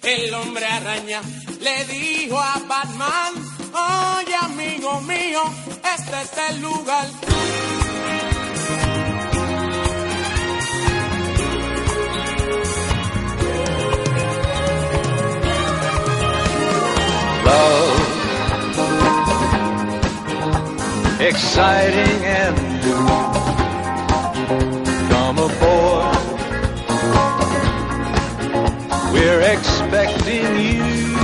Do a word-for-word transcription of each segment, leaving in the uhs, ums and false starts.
el hombre araña le dijo a Batman: oye, amigo mío, este es el lugar. Love, exciting and new. Come aboard, we're expecting you.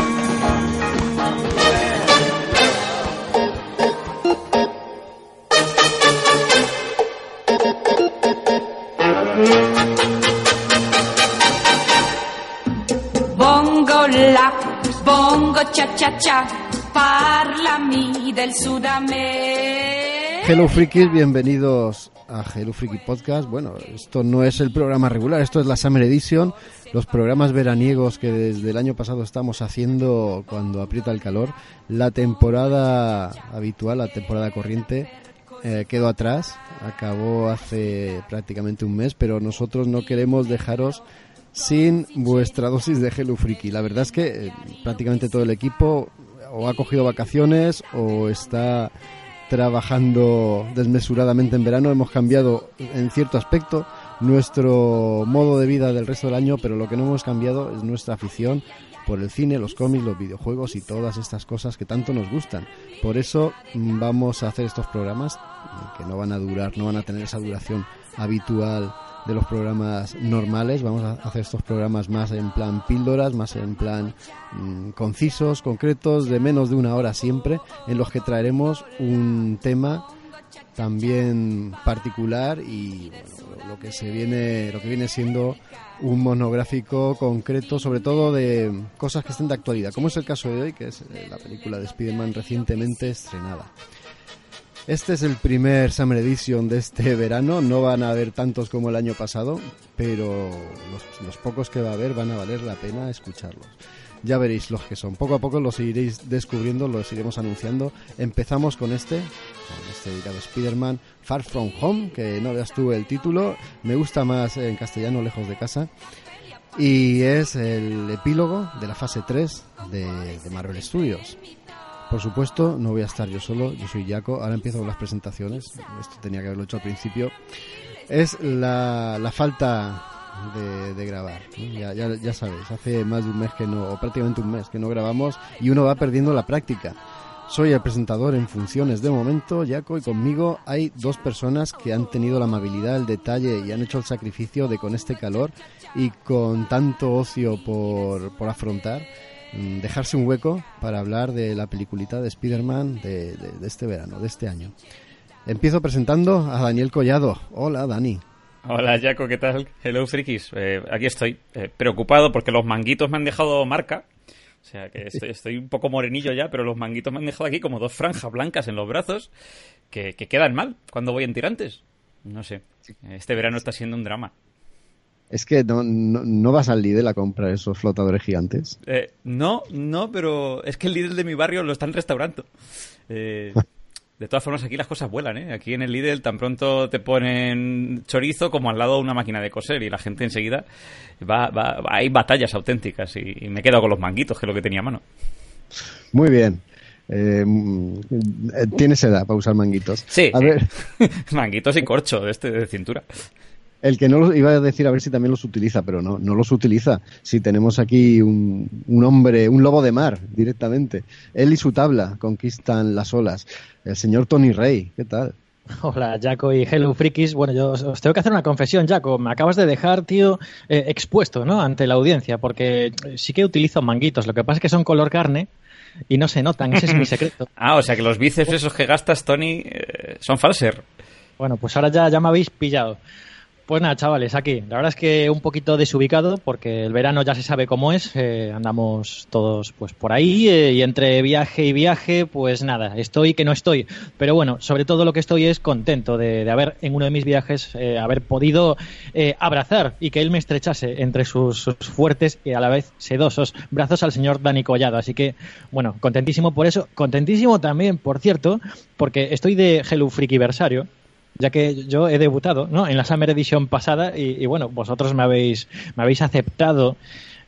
Bongo la, bongo cha cha cha, parlami del Sudamérica. Hello Frikis, bienvenidos a Hello Friki Podcast. Bueno, esto no es el programa regular, esto es la Summer Edition, los programas veraniegos que desde el año pasado estamos haciendo cuando aprieta el calor. La temporada habitual, la temporada corriente, eh, quedó atrás, acabó hace prácticamente un mes, pero nosotros no queremos dejaros sin vuestra dosis de Hello Friki. La verdad es que eh, prácticamente todo el equipo o ha cogido vacaciones o está trabajando desmesuradamente en verano. Hemos cambiado en cierto aspecto nuestro modo de vida del resto del año, pero lo que no hemos cambiado es nuestra afición por el cine, los cómics, los videojuegos y todas estas cosas que tanto nos gustan. Por eso vamos a hacer estos programas que no van a durar, no van a tener esa duración habitual de los programas normales. Vamos a hacer estos programas más en plan píldoras, más en plan mmm, concisos, concretos, de menos de una hora siempre, en los que traeremos un tema también particular y bueno, lo que se viene, lo que viene siendo un monográfico concreto, sobre todo de cosas que estén de actualidad, como es el caso de hoy, que es la película de Spider-Man recientemente estrenada. Este es el primer Summer Edition de este verano, no van a haber tantos como el año pasado, pero los, los pocos que va a haber van a valer la pena escucharlos. Ya veréis los que son, poco a poco los iréis descubriendo, los iremos anunciando. Empezamos con este, con este dedicado a Spider-Man, Far From Home, que no veas tú el título, me gusta más en castellano, Lejos de Casa, y es el epílogo de la fase tres de, de Marvel Studios. Por supuesto, no voy a estar yo solo, yo soy Jaco, ahora empiezo con las presentaciones, esto tenía que haberlo hecho al principio. Es la, la falta de, de grabar, ¿no? ya, ya, ya sabéis, hace más de un mes que no, o prácticamente un mes que no grabamos y uno va perdiendo la práctica. Soy el presentador en funciones de momento, Jaco, y conmigo hay dos personas que han tenido la amabilidad, el detalle y han hecho el sacrificio de, con este calor y con tanto ocio por, por afrontar, dejarse un hueco para hablar de la peliculita de Spider-Man de, de, de este verano, de este año. Empiezo presentando a Daniel Collado. Hola, Dani. Hola, Jaco, ¿qué tal? Hello, frikis. Eh, aquí estoy, eh, preocupado porque los manguitos me han dejado marca. O sea, que estoy, estoy un poco morenillo ya, pero los manguitos me han dejado aquí como dos franjas blancas en los brazos que, que quedan mal cuando voy en tirantes. No sé, este verano está siendo un drama. Es que no, no, no vas al Lidl a comprar esos flotadores gigantes. Eh, no, no, pero es que el Lidl de mi barrio lo están restaurando. Eh, de todas formas, aquí las cosas vuelan, ¿eh? Aquí en el Lidl tan pronto te ponen chorizo como al lado de una máquina de coser y la gente enseguida va, va, va hay batallas auténticas y, y me quedo con los manguitos, que es lo que tenía a mano. Muy bien. Eh, ¿Tienes edad para usar manguitos? Sí, a sí. ver. Manguitos y corcho de este de cintura. El que no los iba a decir a ver si también los utiliza, pero no, no los utiliza. Si tenemos aquí un, un hombre, un lobo de mar directamente. Él y su tabla conquistan las olas. El señor Tony Rey, ¿qué tal? Hola, Jaco y Hello Frikis. Bueno, yo os tengo que hacer una confesión, Jaco. Me acabas de dejar, tío, eh, expuesto, ¿no? Ante la audiencia, porque sí que utilizo manguitos. Lo que pasa es que son color carne y no se notan. Ese es mi secreto. Ah, o sea que los bíceps esos que gastas, Tony, eh, son falser. Bueno, pues ahora ya, ya me habéis pillado. Pues nada, chavales, aquí. La verdad es que un poquito desubicado porque el verano ya se sabe cómo es. Eh, andamos todos pues por ahí eh, y entre viaje y viaje, pues nada, estoy que no estoy. Pero bueno, sobre todo lo que estoy es contento de, de haber en uno de mis viajes eh, haber podido eh, abrazar y que él me estrechase entre sus, sus fuertes y a la vez sedosos brazos al señor Dani Collado. Así que, bueno, contentísimo por eso. Contentísimo también, por cierto, porque estoy de Hello Frikiversario, ya que yo he debutado, ¿no?, en la Summer Edition pasada y, y bueno, vosotros me habéis me habéis aceptado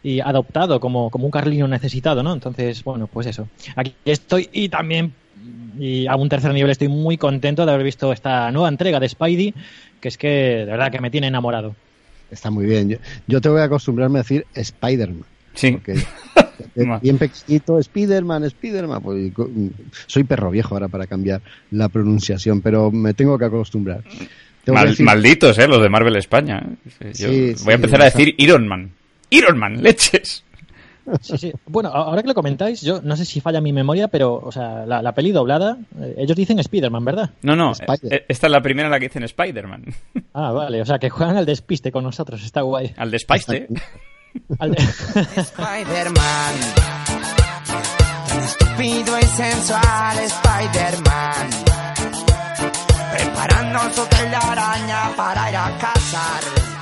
y adoptado como, como un carlino necesitado, ¿no? Entonces, bueno, pues eso. Aquí estoy y también, y a un tercer nivel, estoy muy contento de haber visto esta nueva entrega de Spidey, que es que de verdad que me tiene enamorado. Está muy bien. Yo, yo te voy a acostumbrarme a decir Spider-Man. Sí. Porque bien pequeñito, Spider-Man, Spider-Man. Pues, soy perro viejo ahora para cambiar la pronunciación, pero me tengo que acostumbrar. Tengo Mal, que decir... Malditos, ¿eh? Los de Marvel España. Yo Sí, voy a empezar sí, a decir Iron Man. Iron Man, leches. Sí, sí. Bueno, ahora que lo comentáis, yo no sé si falla mi memoria, pero, o sea, la, la peli doblada, eh, ellos dicen Spider-Man, ¿verdad? No, no, Spider. eh, esta es la primera en la que dicen Spider-Man. Ah, vale, o sea, que juegan al despiste con nosotros, está guay. Al despiste. Al de... Spider-Man, tan estúpido y sensual Spider-Man, preparando su telaraña para ir a cazar.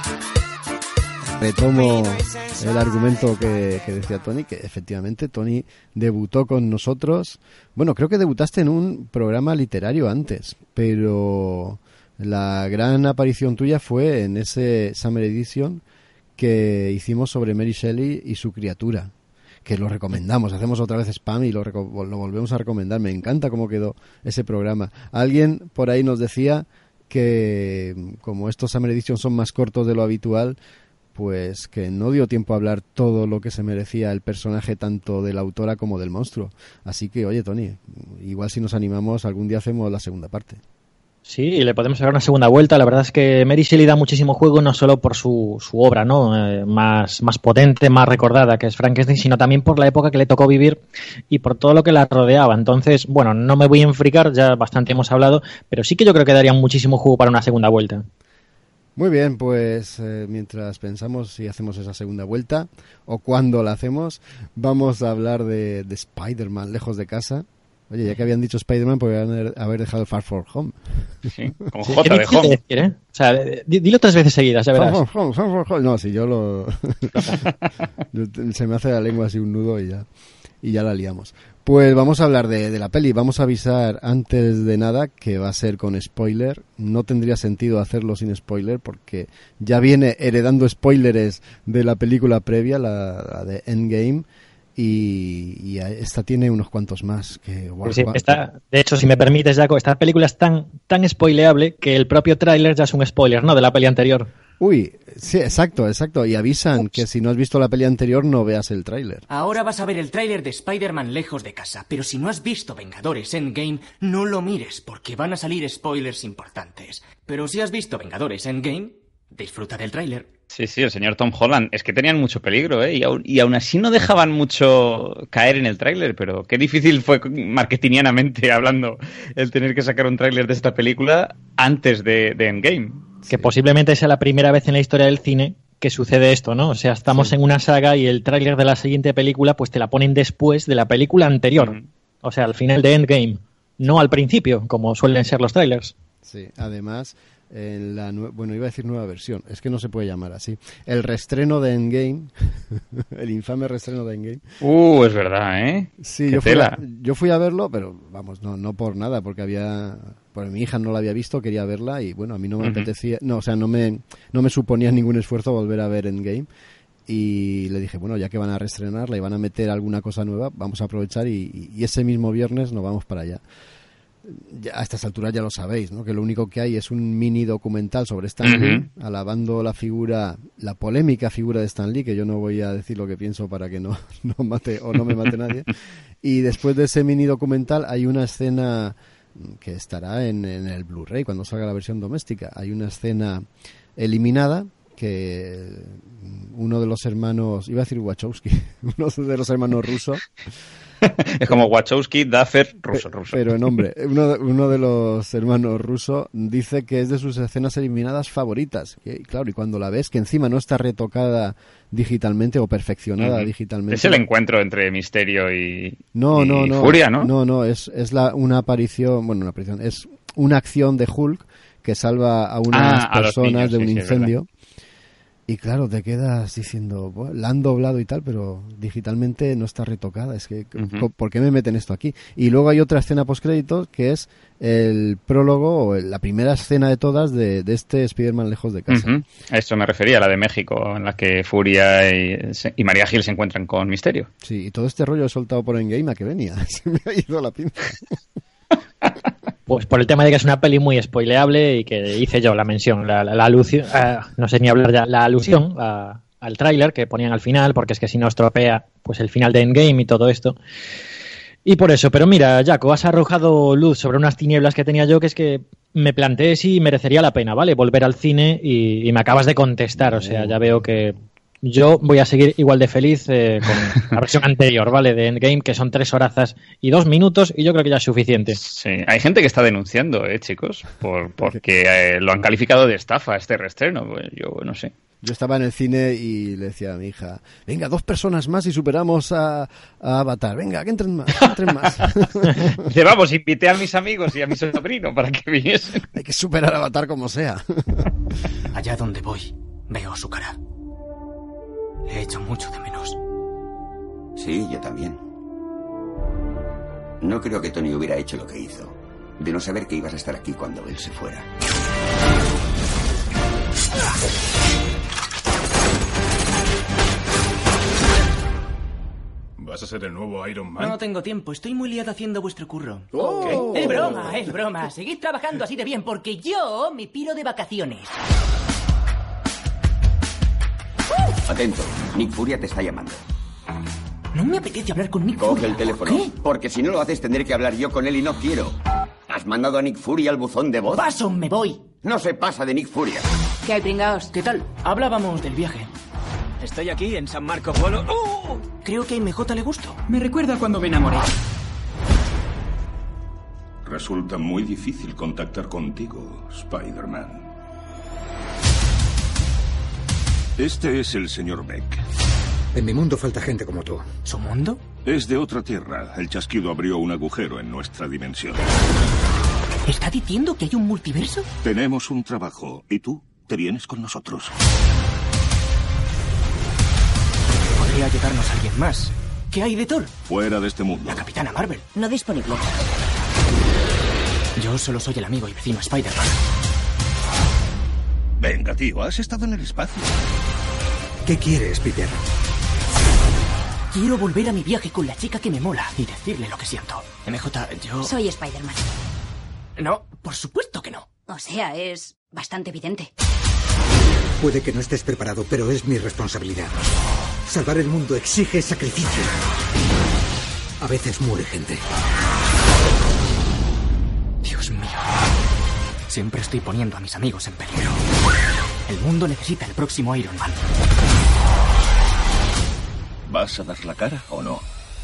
Retomo el argumento que, que decía Tony, que efectivamente Tony debutó con nosotros. Bueno, creo que debutaste en un programa literario antes, pero la gran aparición tuya fue en ese Summer Edition que hicimos sobre Mary Shelley y su criatura, que lo recomendamos, hacemos otra vez spam y lo, reco- lo volvemos a recomendar. Me encanta cómo quedó ese programa. Alguien por ahí nos decía que como estos Summer Edition son más cortos de lo habitual, pues que no dio tiempo a hablar todo lo que se merecía el personaje tanto de la autora como del monstruo. Así que, oye, Tony, igual si nos animamos, algún día hacemos la segunda parte. Sí, y le podemos dar una segunda vuelta. La verdad es que Mary Shelley da muchísimo juego, no solo por su, su obra, ¿no? Eh, más, más potente, más recordada, que es Frankenstein, sino también por la época que le tocó vivir y por todo lo que la rodeaba. Entonces, bueno, no me voy a enfricar, ya bastante hemos hablado, pero sí que yo creo que daría muchísimo juego para una segunda vuelta. Muy bien, pues eh, mientras pensamos si hacemos esa segunda vuelta o cuándo la hacemos, vamos a hablar de, de Spider-Man lejos de casa. Oye, ya que habían dicho Spider-Man, podrían haber dejado Far From Home. Sí, con Sí, J qué de difícil Home. decir, ¿eh? O sea, di- dilo tres veces seguidas, ya Far verás. From Home, Far From Home. No, si yo lo... Se me hace la lengua así un nudo y ya, y ya la liamos. Pues vamos a hablar de, de la peli. Vamos a avisar antes de nada que va a ser con spoiler. No tendría sentido hacerlo sin spoiler porque ya viene heredando spoilers de la película previa, la, la de Endgame, y, y esta tiene unos cuantos más. Que, guau, Sí, sí, guau. esta, de hecho, si me permites, Jaco, esta película es tan, tan spoileable que el propio tráiler ya es un spoiler, ¿no? De la peli anterior. Uy, sí, exacto, exacto. Y avisan que si no has visto la peli anterior no veas el tráiler. Ahora vas a ver el tráiler de Spider-Man lejos de casa, pero si no has visto Vengadores Endgame, no lo mires, porque van a salir spoilers importantes. Pero si has visto Vengadores Endgame, disfruta del tráiler. Sí, sí, el señor Tom Holland. Es que tenían mucho peligro, ¿eh? Y aún, y aún así no dejaban mucho caer en el tráiler, pero qué difícil fue marketingianamente hablando el tener que sacar un tráiler de esta película antes de, de Endgame. Que posiblemente sea la primera vez en la historia del cine que sucede esto, ¿no? O sea, estamos Sí. en una saga y el tráiler de la siguiente película pues te la ponen después de la película anterior. Mm. O sea, al final de Endgame, no al principio, como suelen ser los trailers. Sí, además, en la nue- bueno, iba a decir nueva versión, es que no se puede llamar así. El reestreno de Endgame, el infame reestreno de Endgame. Uh, es verdad, ¿eh? Sí, Qué yo fui, tela. a, yo fui a verlo, pero vamos, no, no por nada, porque había, pues mi hija no la había visto, quería verla y bueno, a mí no me Ujú. apetecía, no, o sea, no me, no me suponía ningún esfuerzo volver a ver Endgame. Y le dije, bueno, ya que van a reestrenarla y van a meter alguna cosa nueva, vamos a aprovechar y, y ese mismo viernes nos vamos para allá. Ya, a estas alturas ya lo sabéis, ¿no? Que lo único que hay es un mini documental sobre Stan Lee, Ujú. alabando la figura, la polémica figura de Stan Lee, que yo no voy a decir lo que pienso para que no, no mate o no me mate nadie. Y después de ese mini documental hay una escena que estará en, en el Blu-ray cuando salga la versión doméstica. Hay una escena eliminada que uno de los hermanos, iba a decir Wachowski, uno de los hermanos rusos, Es como Wachowski, Duffer, ruso, Pe- ruso. Pero en hombre, uno de, uno de los hermanos rusos dice que es de sus escenas eliminadas favoritas. Y, claro, y cuando la ves, que encima no está retocada digitalmente o perfeccionada Ujú. digitalmente. Es el encuentro entre Misterio y, No, y no, no. Furia, ¿no? No, no, es, es la, una aparición, bueno, una aparición, es una acción de Hulk que salva a unas Ah, a los personas niños, de un sí, sí, es incendio. Y claro, te quedas diciendo, bueno, la han doblado y tal, pero digitalmente no está retocada. Es que, uh-huh. ¿por qué me meten esto aquí? Y luego hay otra escena postcréditos que es el prólogo o la primera escena de todas de, de este Spider-Man lejos de casa. Uh-huh. A eso me refería, la de México, en la que Furia y, y María Gil se encuentran con Misterio. Sí, y todo este rollo he soltado por Endgame a que venía. Se me ha ido la pinza. Pues por el tema de que es una peli muy spoileable y que hice yo la mención, la, la, la alusión, uh, no sé ni hablar ya, la alusión a, al tráiler que ponían al final, porque es que si no estropea pues el final de Endgame y todo esto. Y por eso, pero mira, Jaco, has arrojado luz sobre unas tinieblas que tenía yo, que es que me planteé si merecería la pena, ¿vale? Volver al cine y, y me acabas de contestar, o sea, ya veo que yo voy a seguir igual de feliz eh, con la versión anterior, ¿vale? De Endgame, que son tres horazas y dos minutos, y yo creo que ya es suficiente. Sí, hay gente que está denunciando, ¿eh, chicos? Por, porque eh, lo han calificado de estafa este reestreno. Pues yo no sé. Yo estaba en el cine y le decía a mi hija, venga, dos personas más y superamos a, a Avatar. Venga, que entren más, que entren más. Dice, vamos, invité a mis amigos y a mi sobrino para que viniesen. Hay que superar a Avatar como sea. Allá donde voy, veo su cara. Le echo mucho de menos. Sí, yo también. No creo que Tony hubiera hecho lo que hizo, de no saber que ibas a estar aquí cuando él se fuera. ¿Vas a ser el nuevo Iron Man? No tengo tiempo, estoy muy liado haciendo vuestro curro. Oh. ¿Qué? Es broma, es broma. Seguid trabajando así de bien, porque yo me piro de vacaciones. Atento, Nick Furia te está llamando. No me apetece hablar con Nick Coge Furia. el teléfono. ¿Qué? Porque si no lo haces tendré que hablar yo con él y no quiero. ¿Has mandado a Nick Furia al buzón de voz? ¡Paso, me voy! No se pasa de Nick Furia. ¿Qué hay, pringaos? ¿Qué tal? Hablábamos del viaje. Estoy aquí en San Marco Polo. ¡Oh! Creo que a M J le gustó. Me recuerda cuando me enamoré. Resulta muy difícil contactar contigo, Spider-Man. Este es el señor Beck. En mi mundo falta gente como tú. ¿Su mundo? Es de otra tierra. El chasquido abrió un agujero en nuestra dimensión. ¿Está diciendo que hay un multiverso? Tenemos un trabajo y tú te vienes con nosotros. Podría ayudarnos alguien más. ¿Qué hay de Thor? Fuera de este mundo. La Capitana Marvel. No disponible. Yo solo soy el amigo y vecino Spider-Man. Venga, tío, has estado en el espacio. ¿Qué quieres, Peter? Quiero volver a mi viaje con la chica que me mola y decirle lo que siento. M J, yo... Soy Spider-Man. No, por supuesto que no. O sea, es bastante evidente. Puede que no estés preparado, pero es mi responsabilidad. Salvar el mundo exige sacrificio. A veces muere gente. Dios mío. Siempre estoy poniendo a mis amigos en peligro. El mundo necesita el próximo Iron Man. ¿Vas a dar la cara o no?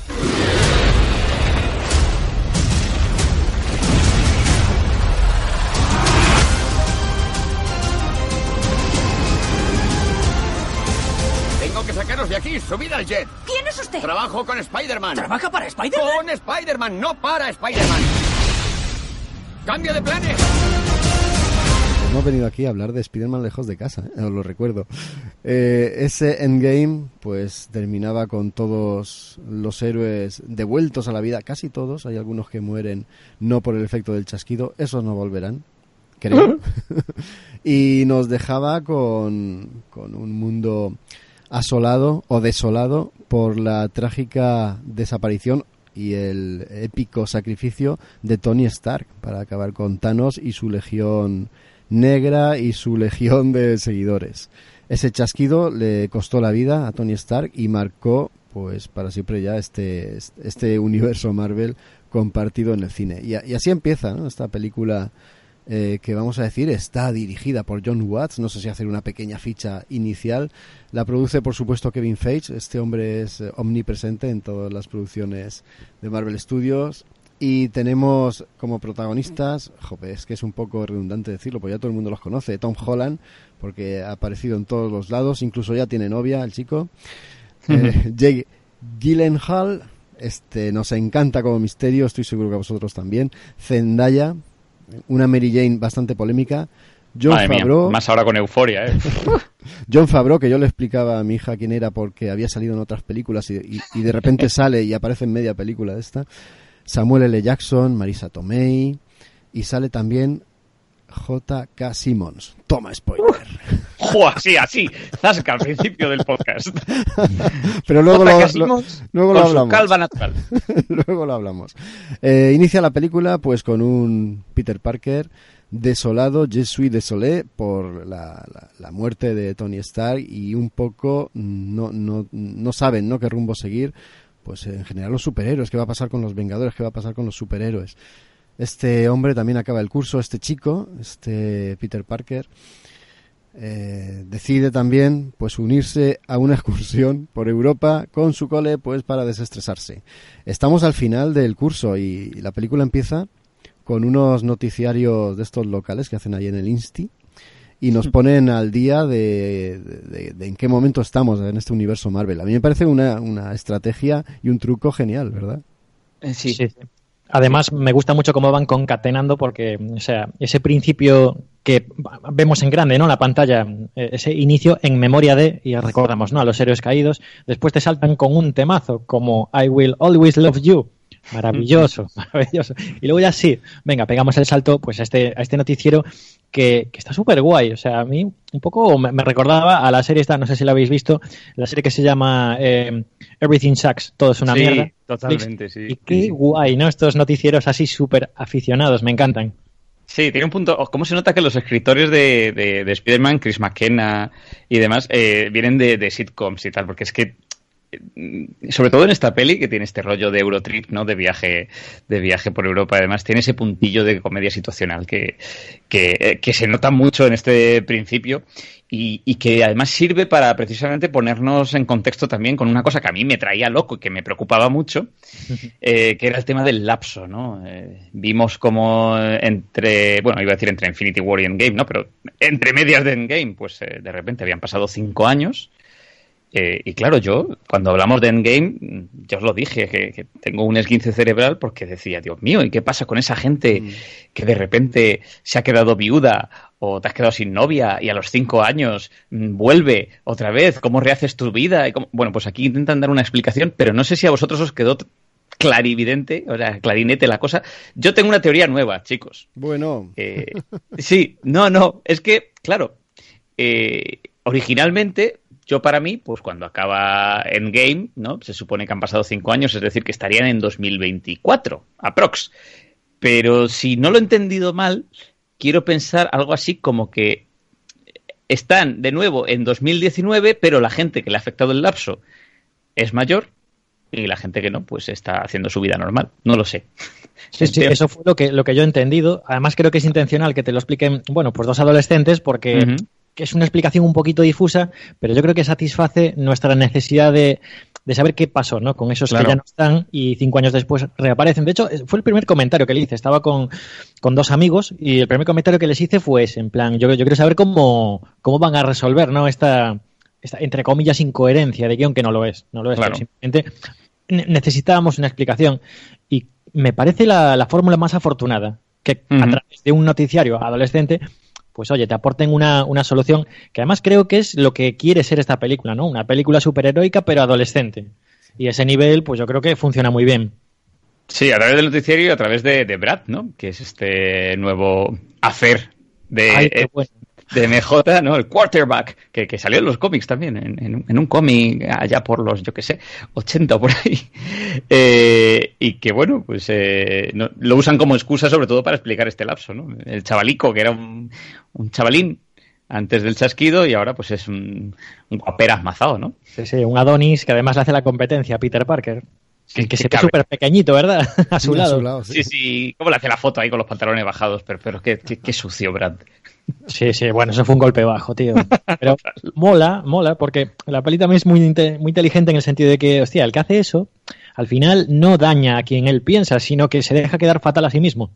Tengo que sacaros de aquí. Subid al jet. ¿Quién es usted? Trabajo con Spider-Man. ¿Trabaja para Spider-Man? Con Spider-Man, no para Spider-Man. ¡Cambio de planes! Hemos venido aquí a hablar de Spider-Man lejos de casa, ¿eh? Os lo recuerdo. Eh, ese Endgame pues terminaba con todos los héroes devueltos a la vida, casi todos. Hay algunos que mueren no por el efecto del chasquido, esos no volverán, creo. Y nos dejaba con, con un mundo asolado o desolado por la trágica desaparición y el épico sacrificio de Tony Stark para acabar con Thanos y su legión negra y su legión de seguidores. Ese chasquido le costó la vida a Tony Stark y marcó pues para siempre ya este, este universo Marvel compartido en el cine. Y, y así empieza, ¿no? Esta película eh, que vamos a decir está dirigida por John Watts. No sé si hacer una pequeña ficha inicial. La produce por supuesto Kevin Feige. Este hombre es eh, omnipresente en todas las producciones de Marvel Studios. Y tenemos como protagonistas, jope, es que es un poco redundante decirlo, pues ya todo el mundo los conoce, Tom Holland, porque ha aparecido en todos los lados, incluso ya tiene novia el chico, eh, Jake Gyllenhaal, este nos encanta como Misterio, estoy seguro que a vosotros también, Zendaya, una Mary Jane bastante polémica, John Madre Favreau, mía, más ahora con Euforia, ¿eh? John Favreau, que yo le explicaba a mi hija quién era porque había salido en otras películas y, y, y de repente sale y aparece en media película de esta. Samuel L. Jackson, Marisa Tomei y sale también J K. Simmons. Toma spoiler. ¡Joder! Así, así. Zasca al principio del podcast. Pero luego lo, lo, luego lo con hablamos. Su calva natural. Luego lo hablamos. Eh, inicia la película pues con un Peter Parker desolado, je suis désolé por la, la, la muerte de Tony Stark y un poco no, no, no saben, ¿no?, qué rumbo seguir. Pues en general los superhéroes, qué va a pasar con los Vengadores, qué va a pasar con los superhéroes. Este hombre también acaba el curso, este chico, este Peter Parker, eh, decide también pues unirse a una excursión por Europa con su cole pues para desestresarse. Estamos al final del curso y la película empieza con unos noticiarios de estos locales que hacen ahí en el Insti y nos ponen al día de, de, de, de en qué momento estamos en este universo Marvel. A mí me parece una, una estrategia y un truco genial, ¿verdad? Sí, sí. Además, me gusta mucho cómo van concatenando porque, o sea, ese principio que vemos en grande, ¿no?, en la pantalla, ese inicio en memoria de, y recordamos, ¿no?, a los héroes caídos, después te saltan con un temazo como I Will Always Love You. Maravilloso, maravilloso. Y luego ya sí, venga, pegamos el salto pues a este, a este noticiero que, que está súper guay. O sea, a mí un poco me, me recordaba a la serie esta, no sé si la habéis visto, la serie que se llama eh, Everything Sucks, todo es una sí, mierda. Totalmente, sí. Y qué sí. guay, ¿no? Estos noticieros así súper aficionados, me encantan. Sí, tiene un punto. ¿Cómo se nota que los escritores de, de, de Spider-Man, Chris McKenna y demás, eh, vienen de, de sitcoms y tal? Porque es que sobre todo en esta peli que tiene este rollo de Eurotrip, ¿no?, de viaje de viaje por Europa, además tiene ese puntillo de comedia situacional que, que, que se nota mucho en este principio y, y que además sirve para precisamente ponernos en contexto también con una cosa que a mí me traía loco y que me preocupaba mucho, eh, que era el tema del lapso, ¿no? Eh, vimos como entre, bueno, iba a decir entre Infinity War y Endgame, ¿no?, pero entre medias de Endgame, pues eh, de repente habían pasado cinco años. Eh, y claro, yo, cuando hablamos de Endgame, ya os lo dije, que, que tengo un esguince cerebral porque decía, Dios mío, ¿y qué pasa con esa gente mm. que de repente se ha quedado viuda o te has quedado sin novia y a los cinco años mmm, vuelve otra vez? ¿Cómo rehaces tu vida? Y cómo... Bueno, pues aquí intentan dar una explicación, pero no sé si a vosotros os quedó clarividente, o sea, clarinete la cosa. Yo tengo una teoría nueva, chicos. Bueno. Eh, sí, no, no, es que, claro, eh, originalmente... Yo, para mí, pues cuando acaba Endgame, ¿no?, se supone que han pasado cinco años, es decir, que estarían en dos mil veinticuatro, aprox. Pero si no lo he entendido mal, quiero pensar algo así como que están de nuevo en dos mil diecinueve, pero la gente que le ha afectado el lapso es mayor y la gente que no, pues está haciendo su vida normal. No lo sé. Sí, sí, eso fue lo que, lo que yo he entendido. Además, creo que es intencional que te lo expliquen, bueno, pues dos adolescentes, porque... Uh-huh. que es una explicación un poquito difusa, pero yo creo que satisface nuestra necesidad de, de saber qué pasó, ¿no?, con esos claro. que ya no están y cinco años después reaparecen. De hecho, fue el primer comentario que le hice. Estaba con, con dos amigos y el primer comentario que les hice fue ese, en plan, yo, yo quiero saber cómo, cómo van a resolver, ¿no?, esta, esta, entre comillas, incoherencia de guión, que no lo es, no lo es, claro. Simplemente necesitábamos una explicación y me parece la, la fórmula más afortunada, que uh-huh. a través de un noticiario adolescente pues oye, te aporten una, una solución que además creo que es lo que quiere ser esta película, ¿no? Una película superheroica pero adolescente. Y ese nivel, pues yo creo que funciona muy bien. Sí, a través del noticiario y a través de, de Brad, ¿no?, que es este nuevo hacer de, Ay, qué bueno. de M J, ¿no?, el quarterback, que, que salió en los cómics también, en, en, en un cómic allá por los, yo qué sé, ochenta o por ahí. Eh, y que, bueno, pues eh, no, lo usan como excusa sobre todo para explicar este lapso, ¿no? El chavalico, que era un, un chavalín antes del chasquido y ahora pues es un, un guaperas mazado, ¿no? Sí, sí, un Adonis que además le hace la competencia a Peter Parker. Que, que se ve cabe. súper pequeñito, ¿verdad? A su, lado. a su lado. Sí, sí, sí. ¿Cómo le hace la foto ahí con los pantalones bajados? Pero, pero qué, qué, qué sucio, Brad. Sí, sí, bueno, eso fue un golpe bajo, tío. Pero mola, mola, porque la peli también es muy, muy inteligente en el sentido de que, hostia, el que hace eso, al final no daña a quien él piensa, sino que se deja quedar fatal a sí mismo.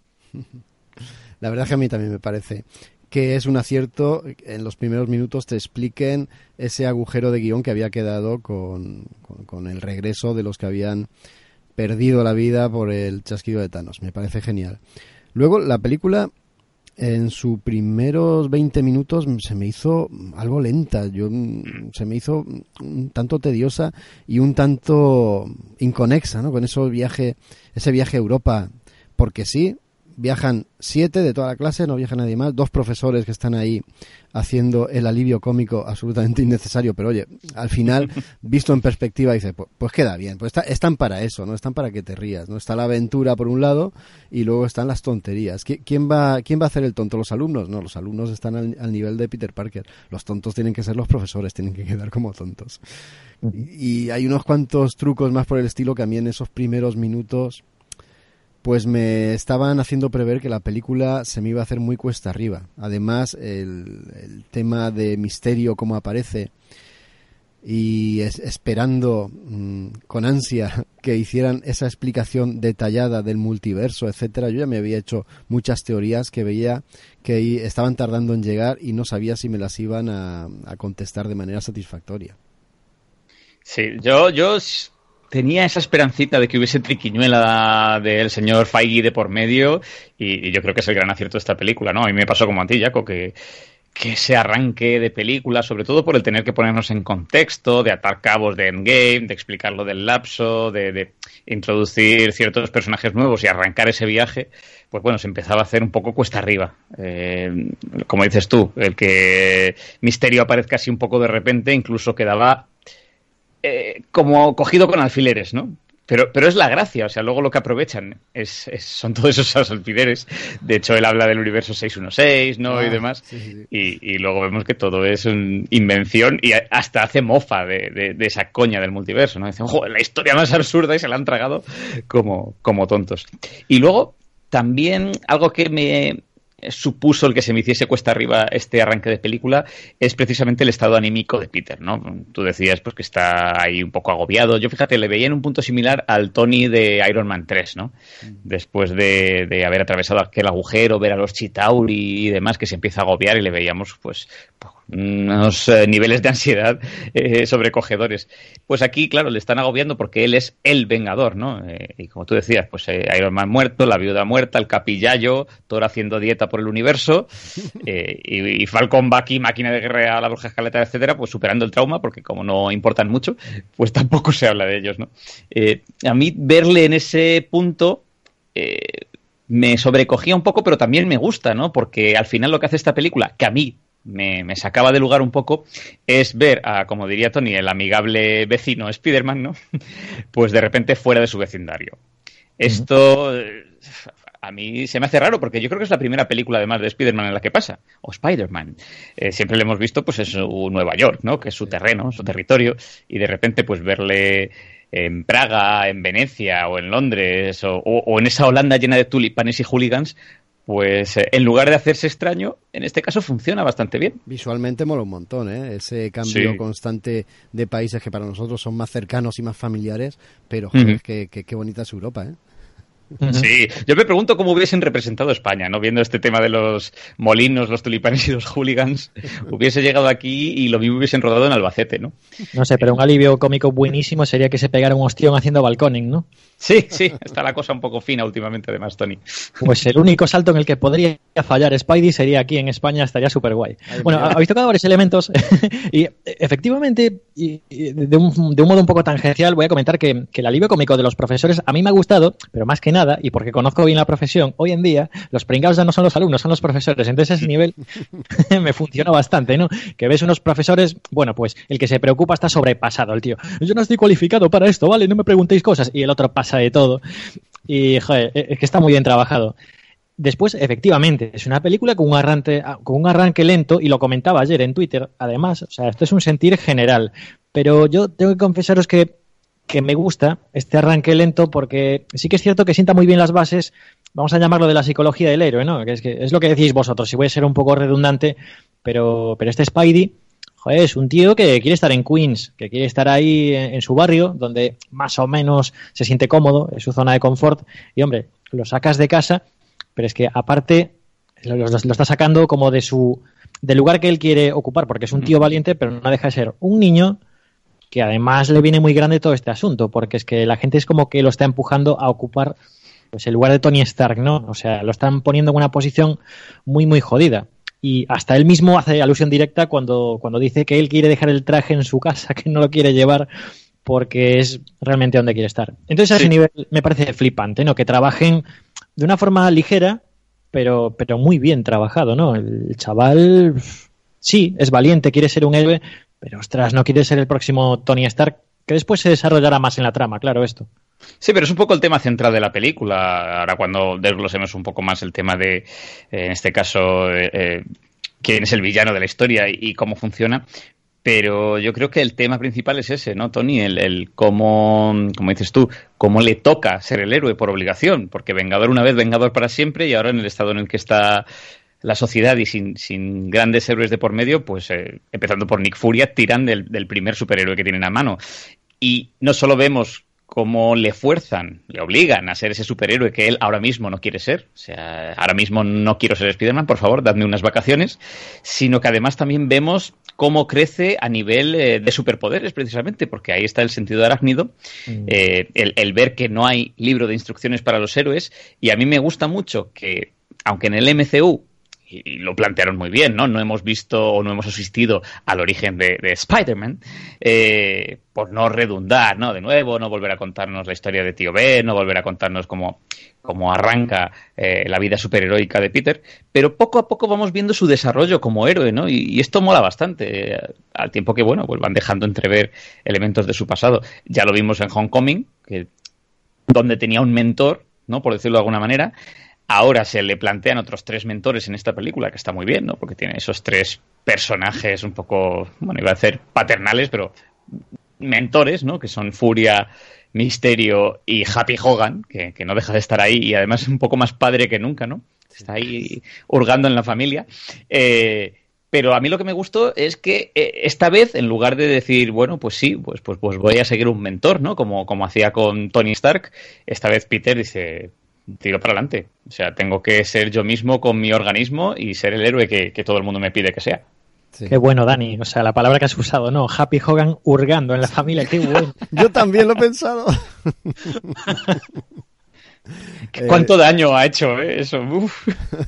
La verdad es que a mí también me parece que es un acierto en los primeros minutos te expliquen ese agujero de guión que había quedado con, con, con el regreso de los que habían perdido la vida por el chasquido de Thanos. Me parece genial. Luego, la película en sus primeros veinte minutos se me hizo algo lenta, yo se me hizo un tanto tediosa y un tanto inconexa, ¿no? Con ese viaje, ese viaje a Europa, porque sí, viajan siete de toda la clase, no viaja nadie más, dos profesores que están ahí haciendo el alivio cómico absolutamente innecesario, pero oye, al final, visto en perspectiva, dice, pues, pues queda bien, pues está, están para eso, ¿no? Están para que te rías, ¿no? Está la aventura por un lado y luego están las tonterías. ¿Quién va, quién va a hacer el tonto? ¿Los alumnos? No, los alumnos están al, al nivel de Peter Parker. Los tontos tienen que ser los profesores, tienen que quedar como tontos. Y, y hay unos cuantos trucos más por el estilo que a mí en esos primeros minutos pues me estaban haciendo prever que la película se me iba a hacer muy cuesta arriba. Además, el, el tema de misterio, cómo aparece, y es, esperando mmm, con ansia que hicieran esa explicación detallada del multiverso, etcétera. Yo ya me había hecho muchas teorías que veía que estaban tardando en llegar y no sabía si me las iban a, a contestar de manera satisfactoria. Sí, yo... yo... tenía esa esperancita de que hubiese triquiñuela del señor Feige de por medio y, y yo creo que es el gran acierto de esta película, ¿no? A mí me pasó como a ti, Jaco, que, que ese arranque de película, sobre todo por el tener que ponernos en contexto, de atar cabos de Endgame, de explicar lo del lapso, de, de introducir ciertos personajes nuevos y arrancar ese viaje, pues bueno, se empezaba a hacer un poco cuesta arriba. Eh, como dices tú, el que Misterio aparezca así un poco de repente incluso quedaba... Eh, como cogido con alfileres, ¿no? Pero, pero es la gracia, o sea, luego lo que aprovechan es, es son todos esos alfileres. De hecho, él habla del universo seiscientos dieciséis, ¿no? Ah, y demás. Sí, sí. Y, y luego vemos que todo es una invención y hasta hace mofa de, de, de esa coña del multiverso, ¿no? Dicen, joder, la historia más absurda y se la han tragado como, como tontos. Y luego, también algo que me... supuso el que se me hiciese cuesta arriba este arranque de película es precisamente el estado anímico de Peter, ¿no? Tú decías pues que está ahí un poco agobiado. Yo, fíjate, le veía en un punto similar al Tony de Iron Man tres, ¿no? Mm. Después de, de haber atravesado aquel agujero, ver a los Chitauri y demás, que se empieza a agobiar y le veíamos pues unos eh, niveles de ansiedad eh, sobrecogedores. Pues aquí, claro, le están agobiando porque él es el Vengador, ¿no? Eh, y como tú decías, pues eh, Iron Man muerto, la viuda muerta, el Capillayo, Thor haciendo dieta por el universo, eh, y, y Falcon, Bucky, máquina de guerra, la Bruja Escarlata, etcétera, pues superando el trauma, porque como no importan mucho, pues tampoco se habla de ellos, ¿no? Eh, a mí verle en ese punto eh, me sobrecogía un poco, pero también me gusta, ¿no? Porque al final lo que hace esta película, que a mí Me, me sacaba de lugar un poco, es ver a, como diría Tony, el amigable vecino Spider-Man, ¿no? Pues de repente fuera de su vecindario. Esto a mí se me hace raro porque yo creo que es la primera película además de Spider-Man en la que pasa, o Spider-Man. Eh, siempre le hemos visto pues en su Nueva York, ¿no? Que es su terreno, su territorio, y de repente pues verle en Praga, en Venecia o en Londres o, o, o en esa Holanda llena de tulipanes y hooligans, pues eh, en lugar de hacerse extraño, en este caso funciona bastante bien. Visualmente mola un montón, ¿eh? Ese cambio sí. constante de países que para nosotros son más cercanos y más familiares, pero joder, uh-huh. qué, qué, qué bonita es Europa, ¿eh? Sí, yo me pregunto cómo hubiesen representado España, ¿no? Viendo este tema de los molinos, los tulipanes y los hooligans, hubiese llegado aquí y lo mismo hubiesen rodado en Albacete, ¿no? No sé, pero un alivio cómico buenísimo sería que se pegara un ostión haciendo balconing, ¿no? Sí, sí, está la cosa un poco fina últimamente además, Tony. Pues el único salto en el que podría fallar Spidey sería aquí en España, estaría súper guay. Bueno, habéis tocado varios elementos y efectivamente, y, y de, un, de un modo un poco tangencial, voy a comentar que, que el alivio cómico de los profesores a mí me ha gustado, pero más que nada, y porque conozco bien la profesión, hoy en día los pringados ya no son los alumnos, son los profesores, entonces ese nivel me funciona bastante, ¿no? Que ves unos profesores, bueno, pues el que se preocupa está sobrepasado, el tío, yo no estoy cualificado para esto, ¿vale? No me preguntéis cosas, y el otro pasa de todo, y joder, es que está muy bien trabajado. Después, efectivamente, es una película con un arranque, con un arranque lento, y lo comentaba ayer en Twitter, además, o sea, esto es un sentir general, pero yo tengo que confesaros que que me gusta este arranque lento porque sí que es cierto que sienta muy bien las bases, vamos a llamarlo de la psicología del héroe, ¿no? Que es, que es lo que decís vosotros, si voy a ser un poco redundante, pero, pero este Spidey, joder, es un tío que quiere estar en Queens, que quiere estar ahí en, en su barrio, donde más o menos se siente cómodo, es su zona de confort, y hombre, lo sacas de casa, pero es que aparte lo, lo, lo está sacando como de su del lugar que él quiere ocupar, porque es un tío valiente, pero no deja de ser un niño que además le viene muy grande todo este asunto, porque es que la gente es como que lo está empujando a ocupar pues el lugar de Tony Stark, ¿no? O sea, lo están poniendo en una posición muy, muy jodida. Y hasta él mismo hace alusión directa cuando, cuando dice que él quiere dejar el traje en su casa, que no lo quiere llevar porque es realmente donde quiere estar. Entonces, a ese sí. nivel me parece flipante, ¿no? Que trabajen de una forma ligera, pero, pero muy bien trabajado, ¿no? El chaval, sí, es valiente, quiere ser un héroe, pero, ostras, no quiere ser el próximo Tony Stark, que después se desarrollará más en la trama, claro, esto. Sí, pero es un poco el tema central de la película. Ahora cuando desglosemos un poco más el tema de, eh, en este caso, eh, eh, quién es el villano de la historia y, y cómo funciona. Pero yo creo que el tema principal es ese, ¿no, Tony? El, el cómo, como dices tú, cómo le toca ser el héroe por obligación. Porque Vengador una vez, Vengador para siempre, y ahora en el estado en el que está la sociedad y sin, sin grandes héroes de por medio, pues eh, empezando por Nick Furia, tiran del, del primer superhéroe que tienen a mano. Y no solo vemos cómo le fuerzan, le obligan a ser ese superhéroe que él ahora mismo no quiere ser, o sea, ahora mismo no quiero ser Spider-Man, por favor, dadme unas vacaciones, sino que además también vemos cómo crece a nivel eh, de superpoderes, precisamente, porque ahí está el sentido de arácnido, mm. eh, el, el ver que no hay libro de instrucciones para los héroes, y a mí me gusta mucho que, aunque en el M C U, y lo plantearon muy bien, ¿no? No hemos visto o no hemos asistido al origen de, de Spider-Man, eh, por no redundar, ¿no? De nuevo, no volver a contarnos la historia de Tío Ben, no volver a contarnos cómo, cómo arranca eh, la vida superheroica de Peter, pero poco a poco vamos viendo su desarrollo como héroe, ¿no? Y, y esto mola bastante, eh, al tiempo que, bueno, pues van dejando entrever elementos de su pasado. Ya lo vimos en Homecoming, que, donde tenía un mentor, ¿no? Por decirlo de alguna manera. Ahora se le plantean otros tres mentores en esta película, que está muy bien, ¿no? Porque tiene esos tres personajes un poco, bueno, iba a decir paternales, pero mentores, ¿no? Que son Furia, Misterio y Happy Hogan, que, que no deja de estar ahí y además es un poco más padre que nunca, ¿no? Está ahí hurgando en la familia. Eh, pero a mí lo que me gustó es que eh, esta vez, en lugar de decir, bueno, pues sí, pues, pues, pues voy a seguir un mentor, ¿no? Como, como hacía con Tony Stark, esta vez Peter dice, tiro para adelante. O sea, tengo que ser yo mismo con mi organismo y ser el héroe que, que todo el mundo me pide que sea. Sí. Qué bueno, Dani. O sea, la palabra que has usado, ¿no? Happy Hogan hurgando en la familia. Qué bueno. Yo también lo he pensado. ¿Cuánto eh... daño ha hecho eh? Eso? Uf.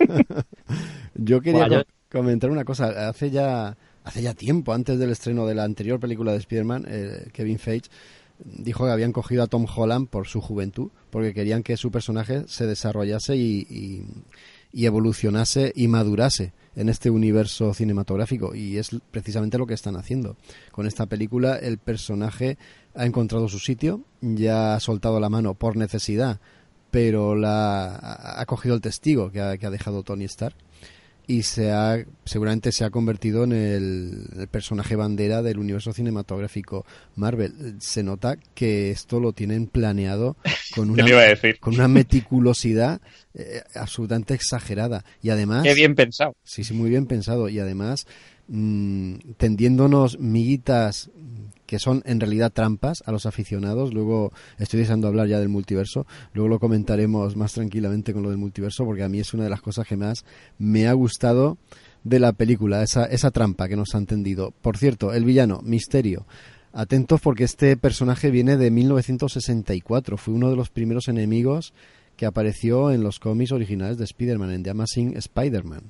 Yo quería Buah, yo... comentar una cosa. Hace ya, hace ya tiempo, antes del estreno de la anterior película de Spider-Man, eh, Kevin Feige dijo que habían cogido a Tom Holland por su juventud, porque querían que su personaje se desarrollase y, y, y evolucionase y madurase en este universo cinematográfico, y es precisamente lo que están haciendo. Con esta película el personaje ha encontrado su sitio, ya ha soltado la mano por necesidad, pero la, ha cogido el testigo que ha, que ha dejado Tony Stark, y se ha, seguramente se ha convertido en el, el personaje bandera del universo cinematográfico Marvel. Se nota que esto lo tienen planeado con una, ¿Qué le iba a decir? Con una meticulosidad eh, absolutamente exagerada. Y además... Qué bien pensado. Sí, sí, muy bien pensado. Y además, mmm, tendiéndonos miguitas que son en realidad trampas a los aficionados. Luego estoy deseando hablar ya del multiverso, luego lo comentaremos más tranquilamente con lo del multiverso, porque a mí es una de las cosas que más me ha gustado de la película, esa, esa trampa que nos han tendido. Por cierto, el villano, Misterio. Atentos porque este personaje viene de mil novecientos sesenta y cuatro, fue uno de los primeros enemigos que apareció en los cómics originales de Spider-Man, en The Amazing Spider-Man.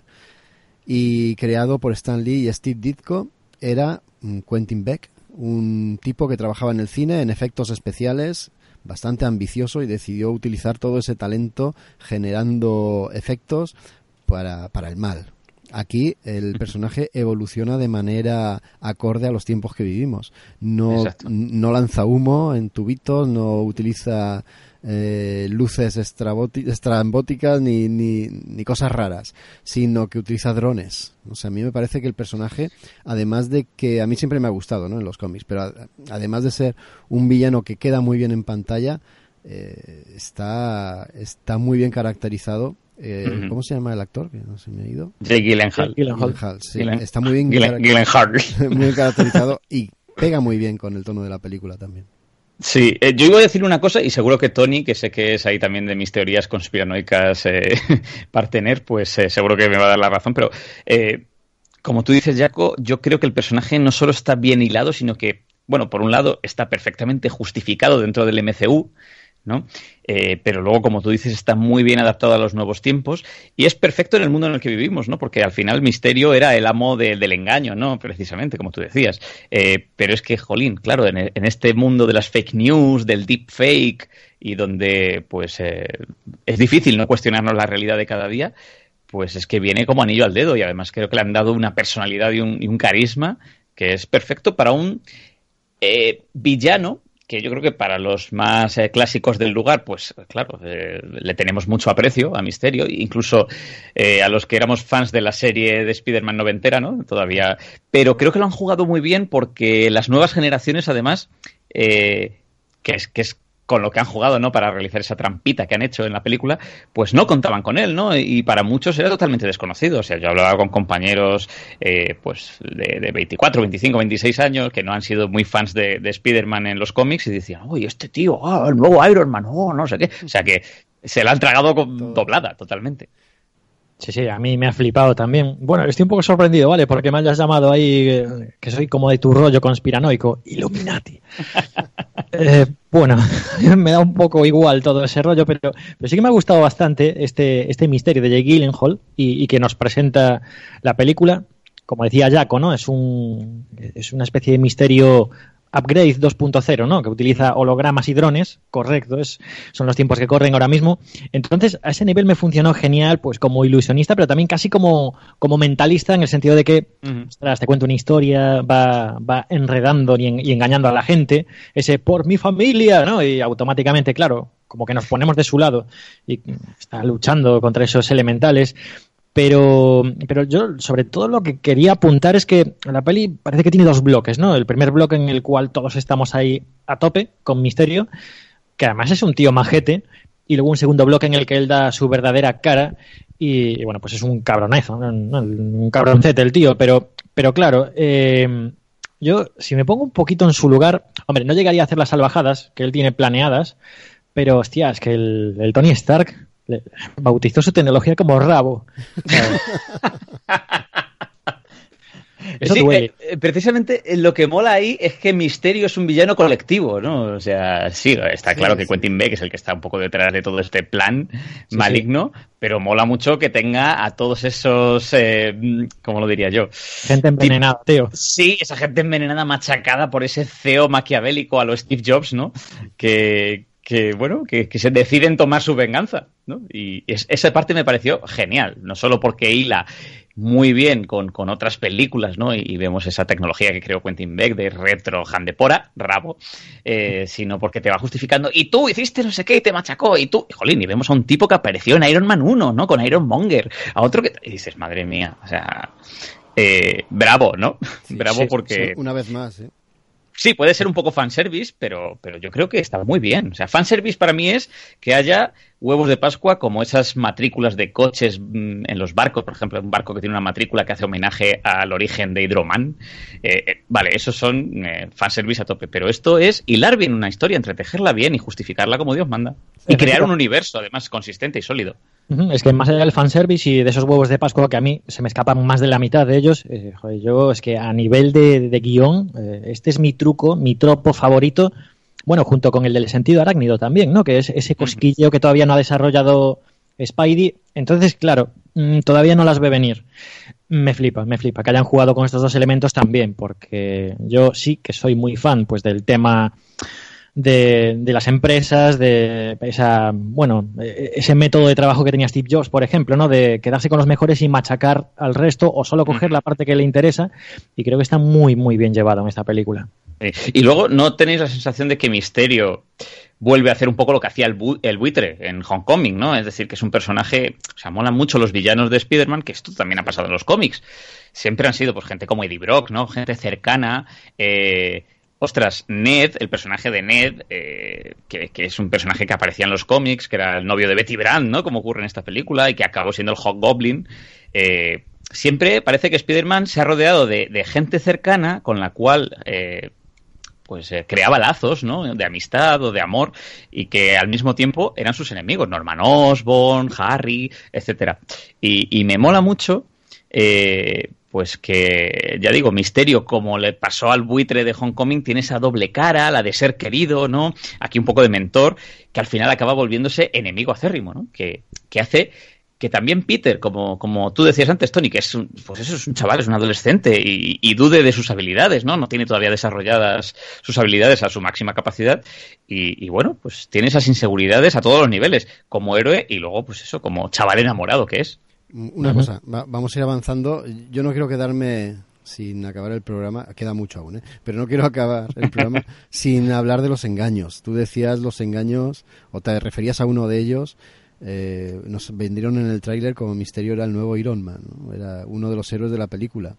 Y creado por Stan Lee y Steve Ditko, era Quentin Beck, un tipo que trabajaba en el cine, en efectos especiales, bastante ambicioso, y decidió utilizar todo ese talento generando efectos para, para el mal. Aquí el personaje evoluciona de manera acorde a los tiempos que vivimos. No, no lanza humo en tubitos, no utiliza eh, luces estrambóticas ni, ni, ni cosas raras, sino que utiliza drones. O sea, a mí me parece que el personaje, además de que a mí siempre me ha gustado, ¿no?, en los cómics, pero a, además de ser un villano que queda muy bien en pantalla, eh, está, está muy bien caracterizado. Eh, uh-huh. ¿Cómo se llama el actor? Que no se me ha ido. Jake Gyllenhaal. Gyllenhaal, sí. Gyllen... Está muy bien, Gyllen... Gyllenhaal. muy bien caracterizado y pega muy bien con el tono de la película también. Sí, eh, yo iba a decir una cosa, y seguro que Tony, que sé que es ahí también de mis teorías conspiranoicas eh, partener, pues eh, seguro que me va a dar la razón, pero eh, como tú dices, Jaco, yo creo que el personaje no solo está bien hilado, sino que, bueno, por un lado está perfectamente justificado dentro del M C U, ¿no? Eh, pero luego, como tú dices, está muy bien adaptado a los nuevos tiempos y es perfecto en el mundo en el que vivimos, ¿no? Porque al final Mysterio era el amo de, del engaño, ¿no? Precisamente, como tú decías. Eh, pero es que, jolín, claro, en, en este mundo de las fake news, del deepfake y donde, pues, eh, es difícil no cuestionarnos la realidad de cada día, pues es que viene como anillo al dedo y además creo que le han dado una personalidad y un, y un carisma que es perfecto para un eh, villano que yo creo que para los más eh, clásicos del lugar, pues claro, eh, le tenemos mucho aprecio a Mysterio, incluso eh, a los que éramos fans de la serie de Spider-Man noventera, ¿no? Todavía, pero creo que lo han jugado muy bien porque las nuevas generaciones, además, eh, que es que es con lo que han jugado, ¿no? Para realizar esa trampita que han hecho en la película, pues no contaban con él, ¿no? Y para muchos era totalmente desconocido. O sea, yo hablaba con compañeros, eh, pues, de, de veinticuatro, veinticinco, veintiséis años, que no han sido muy fans de, de Spider-Man en los cómics, y decían, oye, este tío, ah, el nuevo Iron Man, oh, no sé qué. O sea, que se la han tragado con, doblada, totalmente. Sí, sí, a mí me ha flipado también. Bueno, estoy un poco sorprendido, ¿vale? Porque me hayas llamado ahí, eh, que soy como de tu rollo conspiranoico. Illuminati. eh, bueno, me da un poco igual todo ese rollo, pero, pero sí que me ha gustado bastante este, este misterio de Jake Gyllenhaal y, y que nos presenta la película. Como decía Jaco, ¿no? Es un es una especie de misterio Upgrade dos punto cero, ¿no? Que utiliza hologramas y drones, correcto, es, son los tiempos que corren ahora mismo. Entonces, a ese nivel me funcionó genial, pues como ilusionista, pero también casi como, como mentalista, en el sentido de que, uh-huh. ostras, te cuento una historia, va, va enredando y, en, y engañando a la gente, ese por mi familia, ¿no? Y automáticamente, claro, como que nos ponemos de su lado y está luchando contra esos elementales. Pero, pero yo, sobre todo, lo que quería apuntar es que la peli parece que tiene dos bloques, ¿no? El primer bloque en el cual todos estamos ahí a tope con Mysterio, que además es un tío majete, y luego un segundo bloque en el que él da su verdadera cara y, y bueno, pues es un cabronazo, ¿no? Un cabroncete el tío, pero, pero claro, eh, yo, si me pongo un poquito en su lugar, hombre, no llegaría a hacer las salvajadas que él tiene planeadas, pero, hostia, es que el, el Tony Stark bautizó su tecnología como rabo. Eso sí, duele. Eh, precisamente lo que mola ahí es que Mysterio es un villano colectivo, ¿no? O sea, sí, está claro sí, que sí. Quentin Beck es el que está un poco detrás de todo este plan sí, maligno, sí. pero mola mucho que tenga a todos esos, eh, ¿cómo lo diría yo? Gente envenenada, tío. Sí, esa gente envenenada machacada por ese C E O maquiavélico a lo Steve Jobs, ¿no? Que... que bueno, que, que se deciden tomar su venganza, ¿no? Y es, esa parte me pareció genial, no solo porque hila muy bien con, con otras películas, ¿no? Y, y vemos esa tecnología que creó Quentin Beck de retro handepora, rabo, eh, sino porque te va justificando, y tú hiciste no sé qué y te machacó, y tú, y jolín, y vemos a un tipo que apareció en Iron Man uno, ¿no? Con Iron Monger, a otro que... Y dices, madre mía, o sea, eh, bravo, ¿no? Sí, bravo sí, porque... Sí, una vez más, ¿eh? Sí, puede ser un poco fanservice, pero, pero yo creo que está muy bien. O sea, fanservice para mí es que haya huevos de Pascua como esas matrículas de coches mmm, en los barcos. Por ejemplo, un barco que tiene una matrícula que hace homenaje al origen de Hydro-Man. Eh, eh, vale, esos son eh, fanservice a tope. Pero esto es hilar bien una historia, entretejerla bien y justificarla como Dios manda. Y crear un universo, además, consistente y sólido. Es que más allá del fanservice y de esos huevos de Pascua, que a mí se me escapan más de la mitad de ellos, eh, joder, yo es que a nivel de, de guión, eh, este es mi truco, mi tropo favorito, bueno, junto con el del sentido arácnido también, ¿no? Que es ese cosquilleo que todavía no ha desarrollado Spidey. Entonces, claro, mmm, todavía no las ve venir. Me flipa, me flipa que hayan jugado con estos dos elementos también, porque yo sí que soy muy fan, pues, del tema... De, de las empresas, de esa, bueno, ese método de trabajo que tenía Steve Jobs, por ejemplo, ¿no? De quedarse con los mejores y machacar al resto o solo coger la parte que le interesa, y creo que está muy, muy bien llevado en esta película. Sí. Y luego, ¿no tenéis la sensación de que Mysterio vuelve a hacer un poco lo que hacía el, bu- el buitre en Homecoming, ¿no? Es decir, que es un personaje, o sea, molan mucho los villanos de Spider-Man, que esto también ha pasado en los cómics. Siempre han sido, pues, gente como Eddie Brock, ¿no? Gente cercana, eh... Ostras, Ned, el personaje de Ned, eh, que, que es un personaje que aparecía en los cómics, que era el novio de Betty Brant, ¿no? Como ocurre en esta película, y que acabó siendo el Hobgoblin. Eh, siempre parece que Spider-Man se ha rodeado de, de gente cercana con la cual eh, pues eh, creaba lazos, ¿no? De amistad o de amor, y que al mismo tiempo eran sus enemigos, Norman Osborn, Harry, etcétera. Y, y me mola mucho... Eh, pues que, ya digo, Mysterio, como le pasó al buitre de Homecoming, tiene esa doble cara, la de ser querido, ¿no? Aquí un poco de mentor, que al final acaba volviéndose enemigo acérrimo, ¿no? Que, que hace que también Peter, como, como tú decías antes, Tony, que es un, pues eso, es un chaval, es un adolescente y, y dude de sus habilidades, ¿no? No tiene todavía desarrolladas sus habilidades a su máxima capacidad y, y bueno, pues tiene esas inseguridades a todos los niveles, como héroe y luego, pues eso, como chaval enamorado que es. Una uh-huh. cosa, va, vamos a ir avanzando. Yo no quiero quedarme sin acabar el programa, queda mucho aún, ¿eh? Pero no quiero acabar el programa sin hablar de los engaños. Tú decías los engaños, o te referías a uno de ellos. Eh, nos vendieron en el tráiler como Mysterio era el nuevo Iron Man, ¿no? Era uno de los héroes de la película.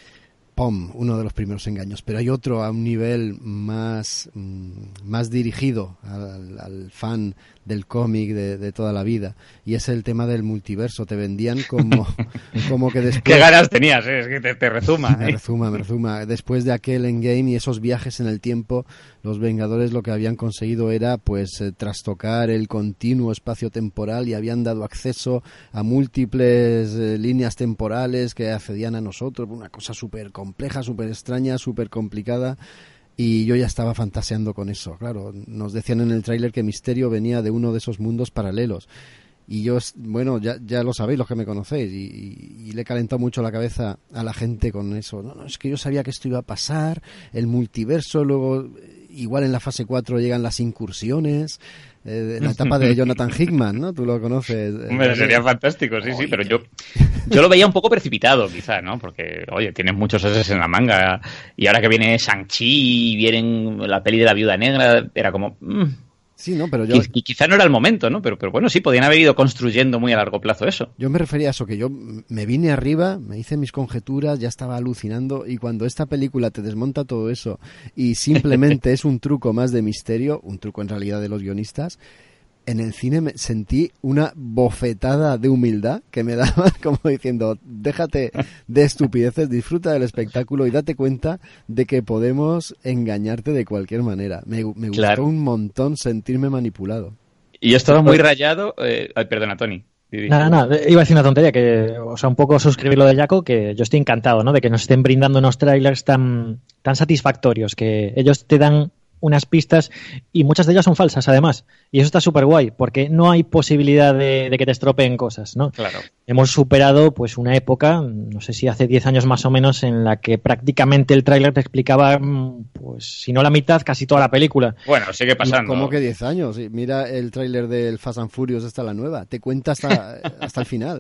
¡Pum! Uno de los primeros engaños. Pero hay otro a un nivel más, mmm, más dirigido al, al fan del cómic de, de toda la vida. Y es el tema del multiverso. Te vendían como, como que después... ¡Qué ganas tenías! ¿eh? Es que te, te rezuma. ¿eh? Me rezuma, me rezuma. Después de aquel Endgame y esos viajes en el tiempo, los Vengadores lo que habían conseguido era pues eh, trastocar el continuo espacio-temporal y habían dado acceso a múltiples eh, líneas temporales que accedían a nosotros. Una cosa súper compleja, súper extraña, súper complicada. Y yo ya estaba fantaseando con eso, claro. Nos decían en el tráiler que Mysterio venía de uno de esos mundos paralelos. Y yo, bueno, ya, ya lo sabéis los que me conocéis, y, y, y le he calentado mucho la cabeza a la gente con eso. No, no, es que yo sabía que esto iba a pasar, el multiverso, luego igual en la fase cuatro llegan las incursiones, eh, la etapa de Jonathan Hickman, ¿no? Tú lo conoces. Hombre, sería fantástico, sí, sí, pero yo yo lo veía un poco precipitado, quizá, ¿no? Porque, oye, tienes muchos eses en la manga, y ahora que viene Shang-Chi y viene la peli de la Viuda Negra, era como... Mmm, Sí, no, pero yo... Y quizá no era el momento, ¿no? Pero, pero bueno, sí, podían haber ido construyendo muy a largo plazo eso. Yo me refería a eso, que yo me vine arriba, me hice mis conjeturas, ya estaba alucinando, y cuando esta película te desmonta todo eso y simplemente es un truco más de Mysterio, un truco en realidad de los guionistas, en el cine me sentí una bofetada de humildad que me daba como diciendo, déjate de estupideces, disfruta del espectáculo y date cuenta de que podemos engañarte de cualquier manera. Me, me gustó claro. un montón sentirme manipulado. Y yo estaba muy rayado... Eh, ay, perdona, Tony. Nada, nada, iba a decir una tontería, que, o sea, un poco suscribir lo de Jaco, que yo estoy encantado, ¿no? De que nos estén brindando unos trailers tan, tan satisfactorios, que ellos te dan unas pistas y muchas de ellas son falsas además, y eso está súper guay porque no hay posibilidad de, de que te estropeen cosas, ¿no? Claro. Hemos superado pues una época, no sé si hace diez años más o menos, en la que prácticamente el tráiler te explicaba pues si no la mitad, casi toda la película. Bueno, sigue pasando. ¿Cómo que diez años? Mira el tráiler del Fast and Furious, esta la nueva, te cuenta hasta, hasta el final.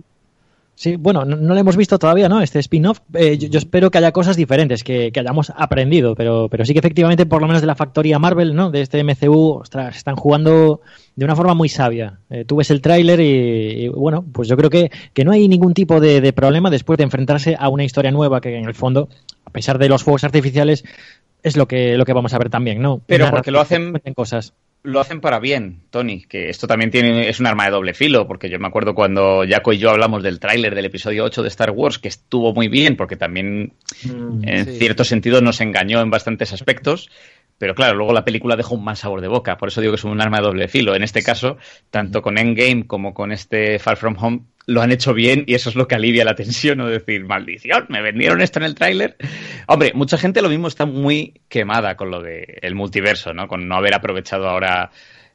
Sí, bueno, no, no lo hemos visto todavía, ¿no? Este spin-off, eh, yo, yo espero que haya cosas diferentes, que, que hayamos aprendido, pero, pero sí que efectivamente, por lo menos de la factoría Marvel, ¿no? De este M C U, ostras, están jugando de una forma muy sabia. Eh, tú ves el tráiler y, y, bueno, pues yo creo que, que no hay ningún tipo de, de problema después de enfrentarse a una historia nueva que en el fondo, a pesar de los fuegos artificiales, es lo que, lo que vamos a ver también, ¿no? Pero porque lo hacen... cosas. Lo hacen para bien, Tony, que esto también tiene es un arma de doble filo, porque yo me acuerdo cuando Jaco y yo hablamos del tráiler del episodio ocho de Star Wars, que estuvo muy bien, porque también mm, en sí. cierto sentido nos engañó en bastantes aspectos, pero claro, luego la película dejó un mal sabor de boca, por eso digo que es un arma de doble filo. En este caso, tanto con Endgame como con este Far From Home, lo han hecho bien y eso es lo que alivia la tensión, ¿no? Decir, maldición, me vendieron esto en el tráiler. Hombre, mucha gente lo mismo está muy quemada con lo de el multiverso, ¿no? Con no haber aprovechado ahora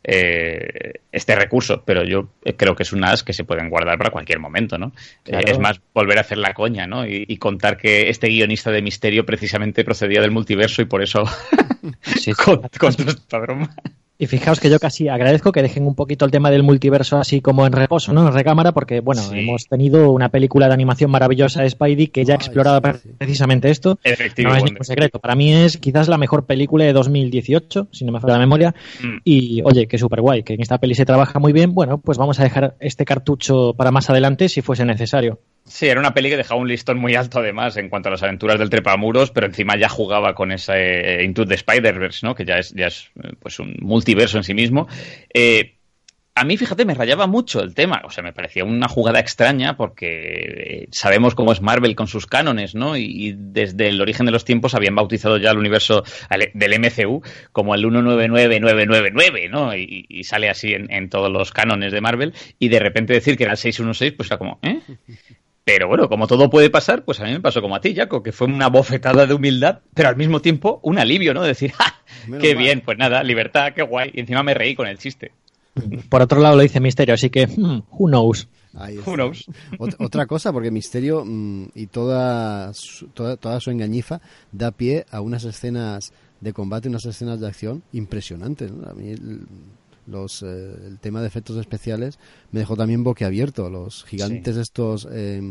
eh, este recurso, pero yo creo que es un as que se pueden guardar para cualquier momento, ¿no? Claro. Eh, es más, volver a hacer la coña, ¿no? Y, y contar que este guionista de Mysterio precisamente procedía del multiverso y por eso sí, con, con esta broma. Y fijaos que yo casi agradezco que dejen un poquito el tema del multiverso así como en reposo, ¿no? En recámara, porque, bueno, sí. hemos tenido una película de animación maravillosa de Spidey que ya ha explorado sí, sí. precisamente esto. Efectivo, no es ningún secreto. Para mí es quizás la mejor película de dos mil dieciocho, si no me falla la memoria. Mm. Y, oye, que súper guay, que en esta peli se trabaja muy bien. Bueno, pues vamos a dejar este cartucho para más adelante si fuese necesario. Sí, era una peli que dejaba un listón muy alto además en cuanto a las aventuras del trepamuros, pero encima ya jugaba con ese eh, Into the Spider-Verse, ¿no? Que ya es, ya es pues un multiverso en sí mismo. Eh, a mí, fíjate, me rayaba mucho el tema. O sea, me parecía una jugada extraña porque sabemos cómo es Marvel con sus cánones, ¿no? Y, y desde el origen de los tiempos habían bautizado ya el universo del M C U como el uno nueve nueve nueve nueve nueve, ¿no? Y, y sale así en, en todos los cánones de Marvel. Y de repente decir que era el seis uno seis, pues era como, ¿eh? Pero bueno, como todo puede pasar, pues a mí me pasó como a ti, Jaco, que fue una bofetada de humildad, pero al mismo tiempo un alivio, ¿no? De decir, ¡ja! ¡Qué mal. Bien! Pues nada, libertad, qué guay. Y encima me reí con el chiste. Por otro lado lo dice Misterio, así que, hmm, who knows. Who knows. Ot- otra cosa, porque Misterio mmm, y toda su, toda, toda su engañifa da pie a unas escenas de combate, unas escenas de acción impresionantes, ¿no? A mí el, los, eh, el tema de efectos especiales me dejó también boquiabierto. Los gigantes sí. estos eh,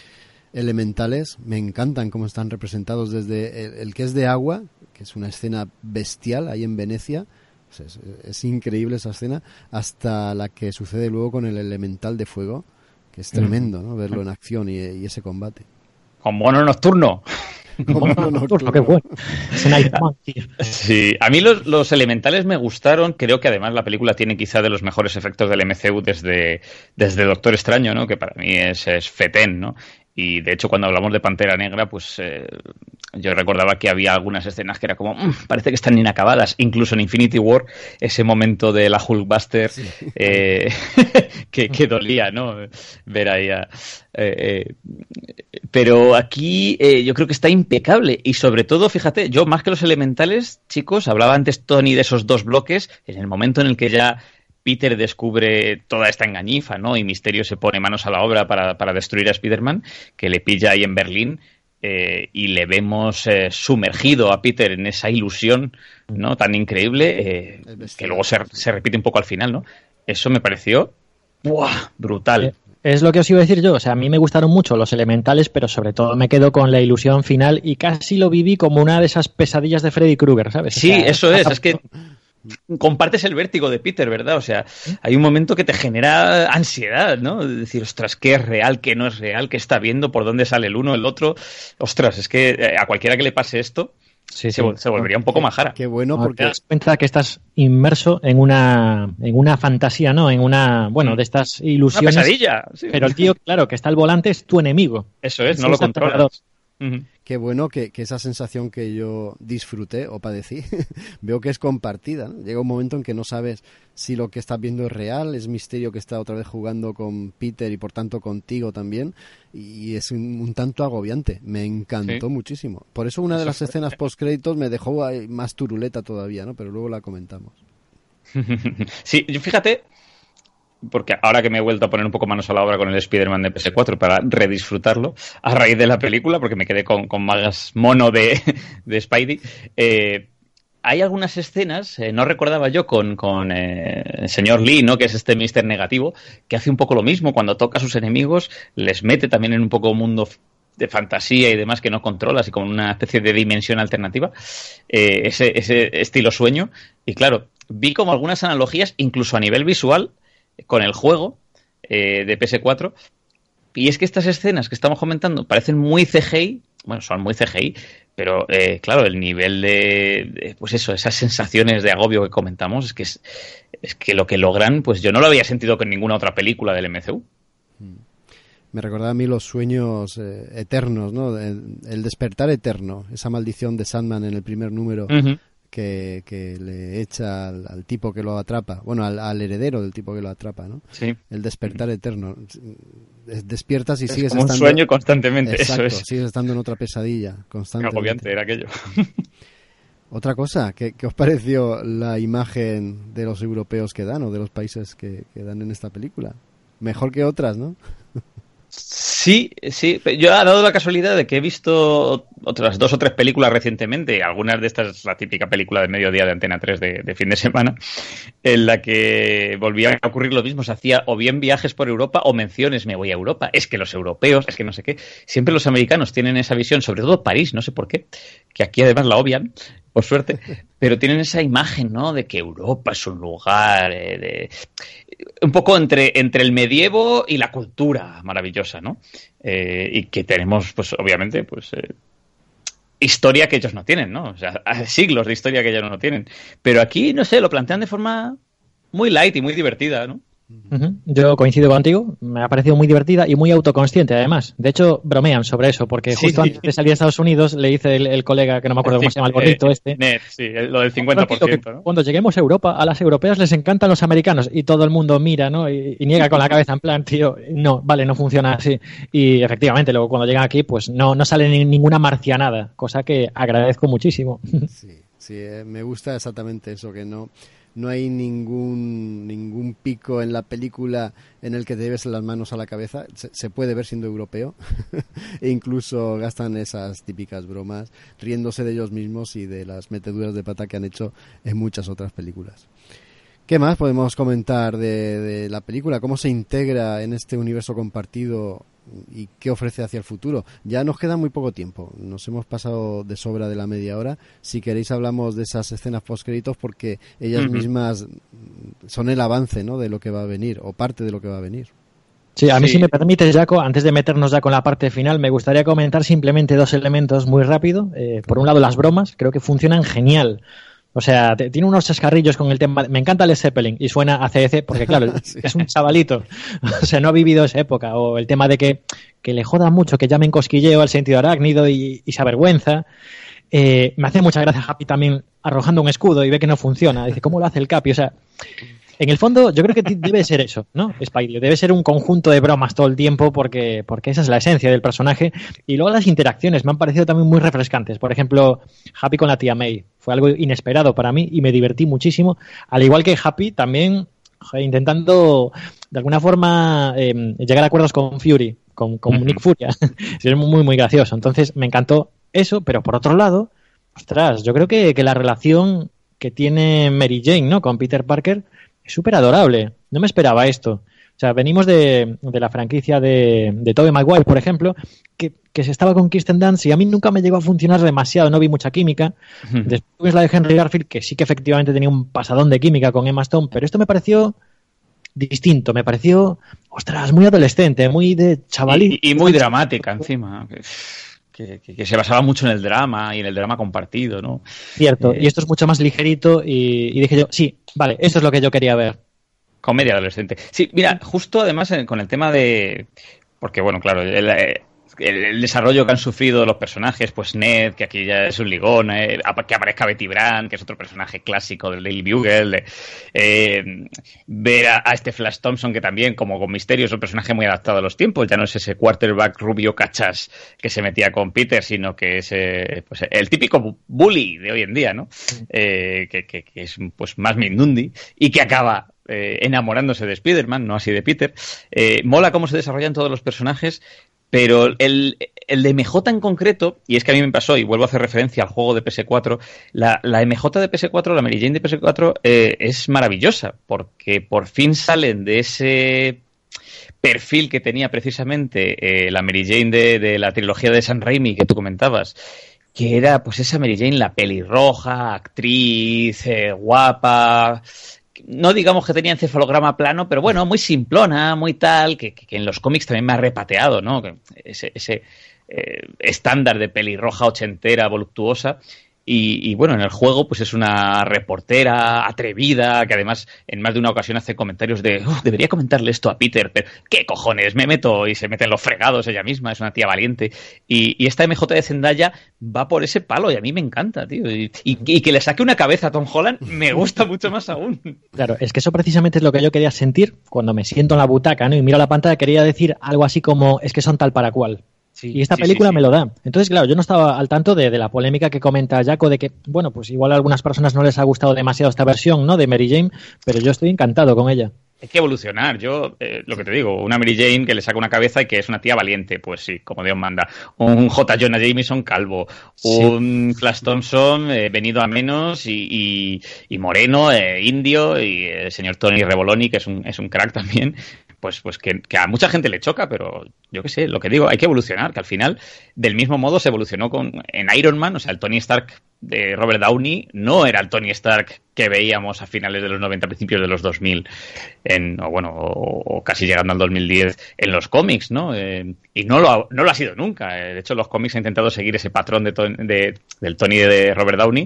elementales me encantan cómo están representados, desde el, el que es de agua, que es una escena bestial ahí en Venecia. Es, es increíble esa escena, hasta la que sucede luego con el elemental de fuego, que es tremendo, ¿no? Verlo en acción y, y ese combate. Con mono nocturno. Con mono nocturno. Qué bueno. Es una Sí, a mí los, los elementales me gustaron. Creo que además la película tiene quizá de los mejores efectos del M C U desde, desde Doctor Extraño, ¿no? Que para mí es, es fetén, ¿no? Y de hecho cuando hablamos de Pantera Negra, pues eh, yo recordaba que había algunas escenas que era como, mmm, parece que están inacabadas. Incluso en Infinity War, ese momento de la Hulkbuster, sí. eh, que, que dolía, ¿no? Ver ahí a... Eh, eh, pero aquí eh, yo creo que está impecable. Y sobre todo, fíjate, yo más que los elementales, chicos, hablaba antes Tony de esos dos bloques, en el momento en el que ya Peter descubre toda esta engañifa, ¿no? Y Misterio se pone manos a la obra para, para destruir a Spider-Man, que le pilla ahí en Berlín, eh, y le vemos eh, sumergido a Peter en esa ilusión, ¿no? Tan increíble, eh, que luego se, se repite un poco al final, ¿no? Eso me pareció ¡buah! Brutal. Es lo que os iba a decir yo, o sea, a mí me gustaron mucho los elementales, pero sobre todo me quedo con la ilusión final y casi lo viví como una de esas pesadillas de Freddy Krueger, ¿sabes? Sí, o sea, eso es, es que compartes el vértigo de Peter, ¿verdad? O sea, hay un momento que te genera ansiedad, ¿no? De decir, ostras, ¿qué es real, qué no es real, qué está viendo, por dónde sale el uno, el otro? Ostras, es que a cualquiera que le pase esto sí, se, sí. se volvería un poco majara. Qué bueno, porque... Te das cuenta que estás inmerso en una en una fantasía, ¿no? En una, bueno, de estas ilusiones. Una pesadilla. Sí. Pero el tío, claro, que está al volante es tu enemigo. Eso es, no lo controlas. Uh-huh. Qué bueno que, que esa sensación que yo disfruté o padecí, veo que es compartida, ¿no? Llega un momento en que no sabes si lo que estás viendo es real, es Misterio que está otra vez jugando con Peter y por tanto contigo también, y es un, un tanto agobiante. Me encantó sí. muchísimo. Por eso una de las escenas post-créditos me dejó más turuleta todavía, ¿no? Pero luego la comentamos. Sí, fíjate... porque ahora que me he vuelto a poner un poco manos a la obra con el Spider-Man de P S cuatro para redisfrutarlo a raíz de la película, porque me quedé con, con más mono de, de Spidey, eh, hay algunas escenas, eh, no recordaba yo con, con eh, el señor Lee, ¿no? Que es este míster Negativo, que hace un poco lo mismo, cuando toca a sus enemigos, les mete también en un poco un mundo de fantasía y demás que no controlas y con una especie de dimensión alternativa, eh, ese, ese estilo sueño, y claro, vi como algunas analogías, incluso a nivel visual, con el juego eh, de P S cuatro, y es que estas escenas que estamos comentando parecen muy C G I, bueno, son muy C G I, pero eh, claro, el nivel de, de, pues eso, esas sensaciones de agobio que comentamos, es que es, es que lo que logran, pues yo no lo había sentido con ninguna otra película del M C U. Me recordaba a mí los sueños eh, eternos, ¿no? El, el despertar eterno, esa maldición de Sandman en el primer número. Uh-huh. Que, que le echa al, al tipo que lo atrapa, bueno, al, al heredero del tipo que lo atrapa, ¿no? Sí. El despertar eterno. Despiertas y es sigues como estando... un sueño constantemente, Exacto, eso es. Sigues estando en otra pesadilla constantemente. Agobiante era aquello. Otra cosa, ¿qué, ¿qué os pareció la imagen de los europeos que dan o de los países que, que dan en esta película? Mejor que otras, ¿no? Sí, sí. Yo he dado la casualidad de que he visto otras dos o tres películas recientemente, algunas de estas, la típica película de mediodía de Antena tres de, de fin de semana, en la que volvía a ocurrir lo mismo. Se hacía o bien viajes por Europa o menciones, me voy a Europa, es que los europeos, es que no sé qué. Siempre los americanos tienen esa visión, sobre todo París, no sé por qué, que aquí además la obvian, por suerte, pero tienen esa imagen, ¿no? De que Europa es un lugar eh, de... un poco entre, entre el medievo y la cultura maravillosa, ¿no? Eh, y que tenemos, pues, obviamente, pues, eh, historia que ellos no tienen, ¿no? O sea, siglos de historia que ellos no tienen. Pero aquí, no sé, lo plantean de forma muy light y muy divertida, ¿no? Uh-huh. Yo coincido contigo, me ha parecido muy divertida y muy autoconsciente además. De hecho, bromean sobre eso, porque Sí, justo sí. antes de salir a Estados Unidos le dice el, el colega, que no me acuerdo cómo se llama, el gordito Eh, este. Ned, sí, lo del cincuenta por ciento, ¿no? Cuando lleguemos a Europa, a las europeas les encantan los americanos y todo el mundo mira, ¿no? Y, y niega con la cabeza en plan, tío, no, vale, no funciona así. Y efectivamente, luego cuando llegan aquí, pues no, no sale ni, ninguna marcianada, cosa que agradezco muchísimo. Sí, sí, eh, me gusta exactamente eso, que no... No hay ningún ningún pico en la película en el que te lleves las manos a la cabeza. Se, se puede ver siendo europeo. E incluso gastan esas típicas bromas, riéndose de ellos mismos y de las meteduras de pata que han hecho en muchas otras películas. ¿Qué más podemos comentar de, de la película? ¿Cómo se integra en este universo compartido y qué ofrece hacia el futuro? Ya nos queda muy poco tiempo. Nos hemos pasado de sobra de la media hora. Si queréis hablamos de esas escenas postcréditos porque ellas uh-huh. mismas son el avance, ¿no?, de lo que va a venir o parte de lo que va a venir. Sí, a mí Sí. si me permites, Jaco, antes de meternos ya con la parte final, me gustaría comentar simplemente dos elementos muy rápido. Eh, por un lado, las bromas, creo que funcionan genial. O sea, te, tiene unos chascarrillos con el tema. Me encanta Led Zeppelin y suena a C D C porque, claro, sí. es un chavalito. O sea, no ha vivido esa época. O el tema de que, que le joda mucho, que llamen cosquilleo al sentido arácnido y, y se avergüenza. Eh, me hace mucha gracia Happy también arrojando un escudo y ve que no funciona. Dice, ¿cómo lo hace el Capi? O sea, en el fondo, yo creo que debe ser eso, ¿no? Spidey. Debe ser un conjunto de bromas todo el tiempo porque, porque esa es la esencia del personaje. Y luego las interacciones me han parecido también muy refrescantes. Por ejemplo, Happy con la tía May. Fue algo inesperado para mí y me divertí muchísimo. Al igual que Happy, también joder, intentando, de alguna forma, eh, llegar a acuerdos con Fury, con, con uh-huh. Nick Furia. Es muy, muy gracioso. Entonces, me encantó eso. Pero por otro lado, ostras, yo creo que, que la relación que tiene Mary Jane, ¿no?, con Peter Parker es súper adorable. No me esperaba esto. O sea, venimos de, de la franquicia de, de Tobey Maguire, por ejemplo, que, que se estaba con Kirsten Dunst y a mí nunca me llegó a funcionar demasiado, no vi mucha química. Uh-huh. Después la de Henry Garfield, que sí que efectivamente tenía un pasadón de química con Emma Stone, pero esto me pareció distinto, me pareció, ostras, muy adolescente, muy de chavalín. Y, y muy dramática encima. Que, que, que se basaba mucho en el drama y en el drama compartido, ¿no? Cierto, eh, y esto es mucho más ligerito y, y dije yo, sí, vale, esto es lo que yo quería ver. Comedia adolescente. Sí, mira, justo además con el tema de... Porque, bueno, claro, el, el, el desarrollo que han sufrido los personajes, pues Ned, que aquí ya es un ligón, eh, que aparezca Betty Brant, que es otro personaje clásico del Daily Bugle, de, eh, ver a, a este Flash Thompson, que también, como con Misterio, es un personaje muy adaptado a los tiempos, ya no es ese quarterback rubio cachas que se metía con Peter, sino que es eh, pues, el típico bully de hoy en día, ¿no? Eh, que, que, que es pues más Mindundi y que acaba eh, enamorándose de Spider-Man, no así de Peter. Eh, mola cómo se desarrollan todos los personajes. Pero el, el de M J en concreto, y es que a mí me pasó, y vuelvo a hacer referencia al juego de P S cuatro, la, la M J de P S cuatro, la Mary Jane de P S cuatro, eh, es maravillosa, porque por fin salen de ese perfil que tenía precisamente eh, la Mary Jane de, de la trilogía de Sam Raimi que tú comentabas, que era pues esa Mary Jane, la pelirroja, actriz, eh, guapa... No digamos que tenía encefalograma plano, pero bueno, muy simplona, muy tal, que, que, que en los cómics también me ha repateado, ¿no? Ese, ese eh, estándar de pelirroja ochentera, voluptuosa. Y, y bueno, en el juego pues es una reportera atrevida que además en más de una ocasión hace comentarios de oh, debería comentarle esto a Peter, pero ¿qué cojones? Me meto y se mete en los fregados ella misma, es una tía valiente. Y, y esta M J de Zendaya va por ese palo y a mí me encanta, tío. Y, y, y que le saque una cabeza a Tom Holland me gusta mucho más aún. Claro, es que eso precisamente es lo que yo quería sentir cuando me siento en la butaca, ¿no? Y miro la pantalla, quería decir algo así como es que son tal para cual. Sí, y esta sí, película sí, sí. me lo da. Entonces, claro, yo no estaba al tanto de, de la polémica que comenta Jaco de que, bueno, pues igual a algunas personas no les ha gustado demasiado esta versión, ¿no?, de Mary Jane, pero yo estoy encantado con ella. Hay que evolucionar. Yo, eh, lo que te digo, una Mary Jane que le saca una cabeza y que es una tía valiente, pues sí, como Dios manda. Un J. Jonah Jameson calvo. Sí. Un Flash Thompson eh, venido a menos y, y, y moreno, eh, indio, y el señor Tony Revoloni, que es un, es un crack también. Pues, pues que, que a mucha gente le choca, pero yo qué sé, lo que digo, hay que evolucionar, que al final, del mismo modo se evolucionó con en Iron Man, o sea, el Tony Stark de Robert Downey no era el Tony Stark que veíamos a finales de los noventa, principios de los dos mil, en, o bueno, o, o casi llegando al dos mil diez en los cómics, ¿no? Eh, y no lo, ha, no lo ha sido nunca. De hecho, los cómics han intentado seguir ese patrón de, de, del Tony de Robert Downey,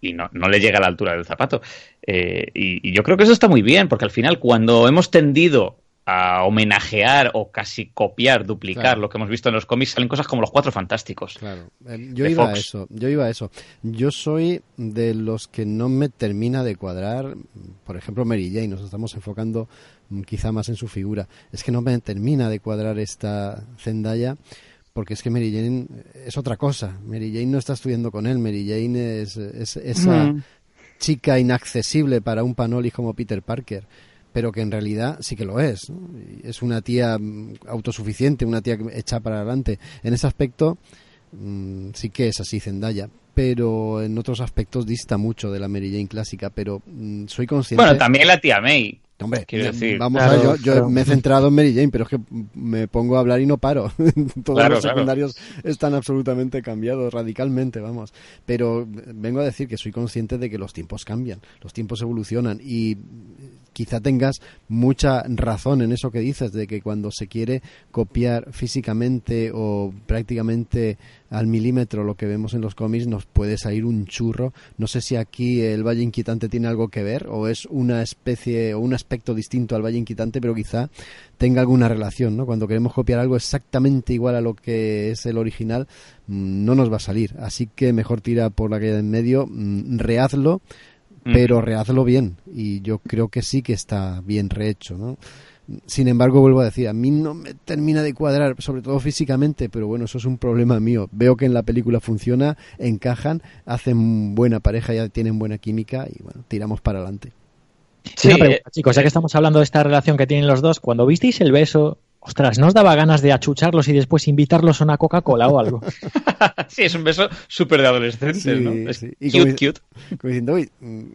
y no, no le llega a la altura del zapato. Eh, y, y yo creo que eso está muy bien, porque al final cuando hemos tendido a homenajear o casi copiar, duplicar claro. lo que hemos visto en los cómics, salen cosas como los Cuatro Fantásticos. Claro. Eh, yo iba Fox. a eso, yo iba a eso. Yo soy de los que no me termina de cuadrar, por ejemplo, Mary Jane, nos estamos enfocando quizá más en su figura. Es que no me termina de cuadrar esta Zendaya, porque es que Mary Jane es otra cosa. Mary Jane no está estudiando con él, Mary Jane es, es esa mm. chica inaccesible para un panolis como Peter Parker, pero que en realidad sí que lo es, ¿no? Es una tía autosuficiente, una tía hecha para adelante. En ese aspecto mmm, sí que es así Zendaya, pero en otros aspectos dista mucho de la Mary Jane clásica, pero mmm, soy consciente... Bueno, también la tía May. Hombre, quiero decir, vamos claro, a ver, yo, yo claro. me he centrado en Mary Jane, pero es que me pongo a hablar y no paro. Todos claro, los secundarios claro. están absolutamente cambiados, radicalmente, vamos. Pero vengo a decir que soy consciente de que los tiempos cambian, los tiempos evolucionan y quizá tengas mucha razón en eso que dices, de que cuando se quiere copiar físicamente o prácticamente al milímetro lo que vemos en los cómics nos puede salir un churro. No sé si aquí el Valle Inquietante tiene algo que ver o es una especie o un aspecto distinto al Valle Inquietante, pero quizá tenga alguna relación, ¿no? Cuando queremos copiar algo exactamente igual a lo que es el original, no nos va a salir. Así que mejor tira por la calle de en medio, rehazlo, pero rehazlo bien, y yo creo que sí que está bien rehecho, ¿no? Sin embargo, vuelvo a decir, a mí no me termina de cuadrar, sobre todo físicamente, pero bueno, eso es un problema mío. Veo que en la película funciona, encajan, hacen buena pareja, ya tienen buena química y bueno, tiramos para adelante. Sí, una pregunta, chicos, ya que estamos hablando de esta relación que tienen los dos, cuando visteis el beso, ostras, ¿no os daba ganas de achucharlos y después invitarlos a una Coca-Cola o algo? Sí, es un beso súper de adolescentes, sí, ¿no? Es sí. Y cute, como, cute. Como diciendo, uy,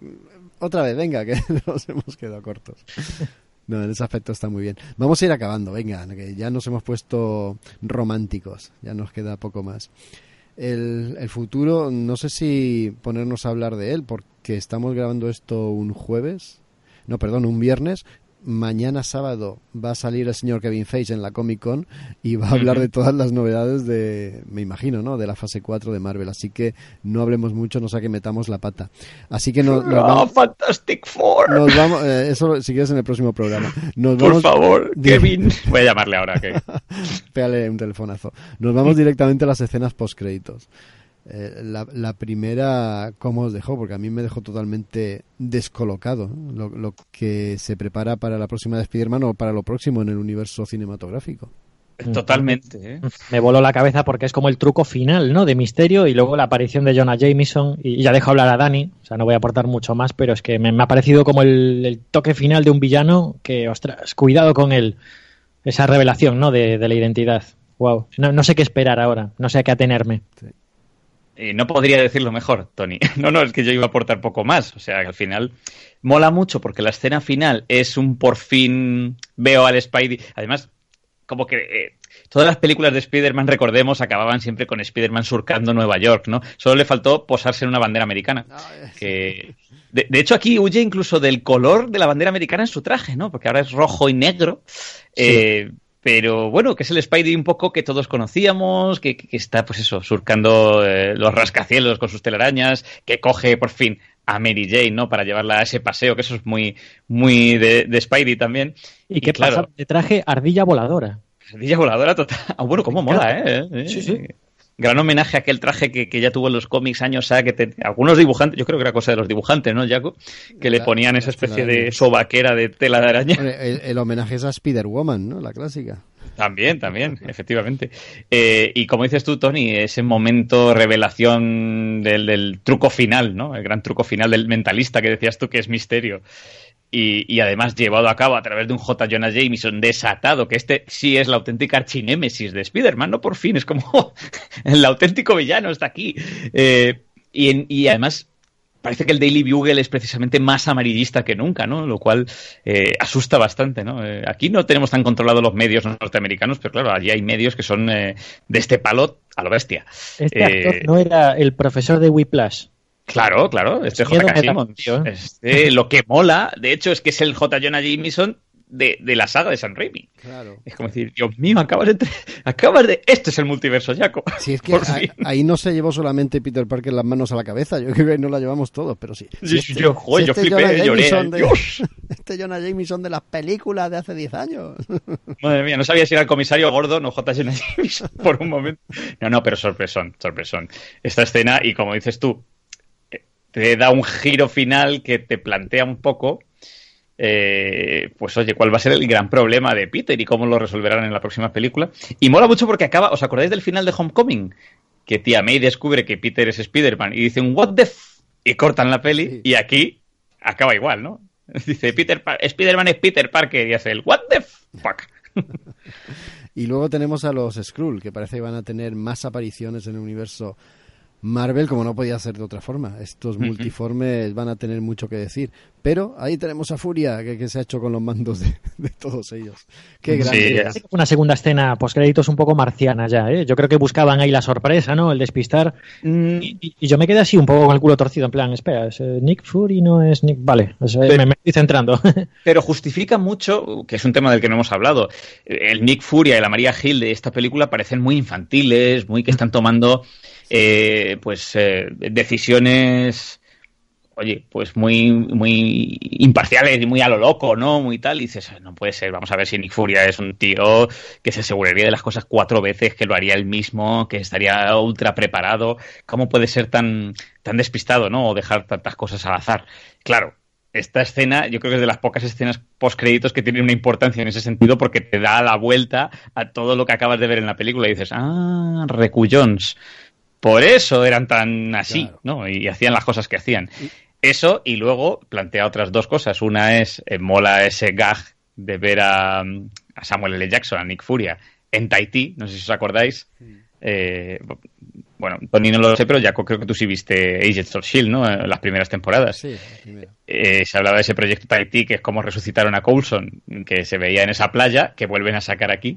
otra vez, venga, que nos hemos quedado cortos. No, en ese aspecto está muy bien. Vamos a ir acabando, venga, que ya nos hemos puesto románticos, ya nos queda poco más. El, el futuro, no sé si ponernos a hablar de él, porque estamos grabando esto un jueves, no, perdón, un viernes. Mañana sábado va a salir el señor Kevin Feige en la Comic Con y va a hablar uh-huh. de todas las novedades de, me imagino, ¿no? De la fase cuatro de Marvel, así que no hablemos mucho, no sea que metamos la pata. Así que no, nos vamos, oh, Fantastic Four. Nos vamos, eh, eso si quieres en el próximo programa. Nos Por vamos, favor, Kevin. Voy a llamarle ahora. Que... Pégale un telefonazo. Nos vamos directamente a las escenas postcréditos. Eh, la, la primera, ¿cómo os dejó? Porque a mí me dejó totalmente descolocado, ¿no? lo, lo que se prepara para la próxima de Spider-Man o para lo próximo en el universo cinematográfico. Totalmente, ¿eh? Me voló la cabeza porque es como el truco final, ¿no? De Misterio y luego la aparición de Jonah Jameson. Y ya dejo hablar a Dani, o sea, no voy a aportar mucho más, pero es que me, me ha parecido como el, el toque final de un villano que, ostras, cuidado con él. Esa revelación, ¿no? De, de la identidad. Wow. No, no sé qué esperar ahora, no sé a qué atenerme. Sí. Y no podría decirlo mejor, Tony. No, no, es que yo iba a aportar poco más. O sea, que al final mola mucho porque la escena final es un por fin veo al Spidey. Además, como que eh, todas las películas de Spider-Man, recordemos, acababan siempre con Spider-Man surcando Nueva York, ¿no? Solo le faltó posarse en una bandera americana. Que de, de hecho, aquí huye incluso del color de la bandera americana en su traje, ¿no? Porque ahora es rojo y negro. Sí. Eh, Pero bueno, que es el Spidey un poco que todos conocíamos, que, que está, pues eso, surcando eh, los rascacielos con sus telarañas, que coge por fin a Mary Jane, ¿no? Para llevarla a ese paseo, que eso es muy, muy de, de Spidey también. Y, y que claro, pasa de traje ardilla voladora. Ardilla voladora total. Ah, bueno, cómo mola, ¿eh? ¿eh? Sí, sí. Gran homenaje a aquel traje que, que ya tuvo en los cómics años A, que te, algunos dibujantes, yo creo que era cosa de los dibujantes, ¿no, Jaco? Que le ponían esa especie de sobaquera de tela de araña. El, el homenaje es a Spider-Woman, ¿no? La clásica. También, también, efectivamente. Eh, y como dices tú, Tony, ese momento revelación del, del truco final, ¿no? El gran truco final del mentalista que decías tú que es Misterio. Y, y además llevado a cabo a través de un J. Jonah Jameson desatado, que este sí es la auténtica archinémesis de Spider-Man, ¿no? Por fin, es como oh, el auténtico villano está aquí. Eh, y, en, y además parece que el Daily Bugle es precisamente más amarillista que nunca, ¿no? Lo cual eh, asusta bastante, ¿no? Eh, aquí no tenemos tan controlados los medios norteamericanos, pero claro, allí hay medios que son eh, de este palo a lo bestia. Este eh, actor no era el profesor de Whiplash. Claro, claro, este es J K. Simmons. Este, lo que mola, de hecho, es que es el J. Jonah Jameson de, de la saga de Sam Raimi. Claro. Es como decir, Dios mío, acabas de... acabas de... Este es el multiverso, Jaco. Sí, es que ahí, ahí no se llevó solamente Peter Parker las manos a la cabeza, yo creo que no la llevamos todos, pero sí. sí este, yo, joder, si este yo flipé, lloré. De, Dios. Este Jonah Jameson de las películas de hace diez años. Madre mía, no sabía si era el comisario Gordon o J. Jonah Jameson por un momento. No, no, pero sorpresón, sorpresón. Esta escena, y como dices tú, te da un giro final que te plantea un poco, eh, pues oye, cuál va a ser el gran problema de Peter y cómo lo resolverán en la próxima película. Y mola mucho porque acaba, ¿os acordáis del final de Homecoming? Que tía May descubre que Peter es Spider-Man y dicen, what the f... y cortan la peli, sí. Y aquí acaba igual, ¿no? Dice, Peter pa- Spider-Man es Peter Parker y hace el, what the fuck. Y luego tenemos a los Skrull, que parece que van a tener más apariciones en el universo Marvel, como no podía ser de otra forma. Estos uh-huh. multiformes van a tener mucho que decir. Pero ahí tenemos a Furia, que, que se ha hecho con los mandos de, de todos ellos. Qué grande. Sí, una segunda escena postcréditos un poco marciana ya, ¿eh? Yo creo que buscaban ahí la sorpresa, ¿no? El despistar. Mm. Y, y yo me quedé así un poco con el culo torcido, en plan, espera, ¿es Nick Fury no es Nick? Vale, es, pero, me, me estoy centrando. Pero justifica mucho, que es un tema del que no hemos hablado, el Nick Fury y la Maria Hill de esta película parecen muy infantiles, muy que están tomando eh, pues eh, decisiones... Oye, pues muy muy imparciales y muy a lo loco, ¿no? Muy tal, y dices, no puede ser, vamos a ver si Nick Furia es un tío que se aseguraría de las cosas cuatro veces, que lo haría él mismo, que estaría ultra preparado. ¿Cómo puede ser tan, tan despistado, ¿no? O dejar tantas cosas al azar. Claro, esta escena yo creo que es de las pocas escenas postcréditos que tienen una importancia en ese sentido porque te da la vuelta a todo lo que acabas de ver en la película y dices, ah, recullons. Por eso eran tan así, claro, ¿no? Y hacían las cosas que hacían. Eso, y luego plantea otras dos cosas. Una es, eh, mola ese gag de ver a, a Samuel L. Jackson, a Nick Furia, en Tahití, no sé si os acordáis. Eh, bueno, Tony no lo sé, pero Jaco, creo que tú sí viste Agents of S H I E L D, ¿no? En las primeras temporadas. Sí, la primera. Eh, se hablaba de ese proyecto Tahití, que es como resucitaron a Coulson, que se veía en esa playa, que vuelven a sacar aquí,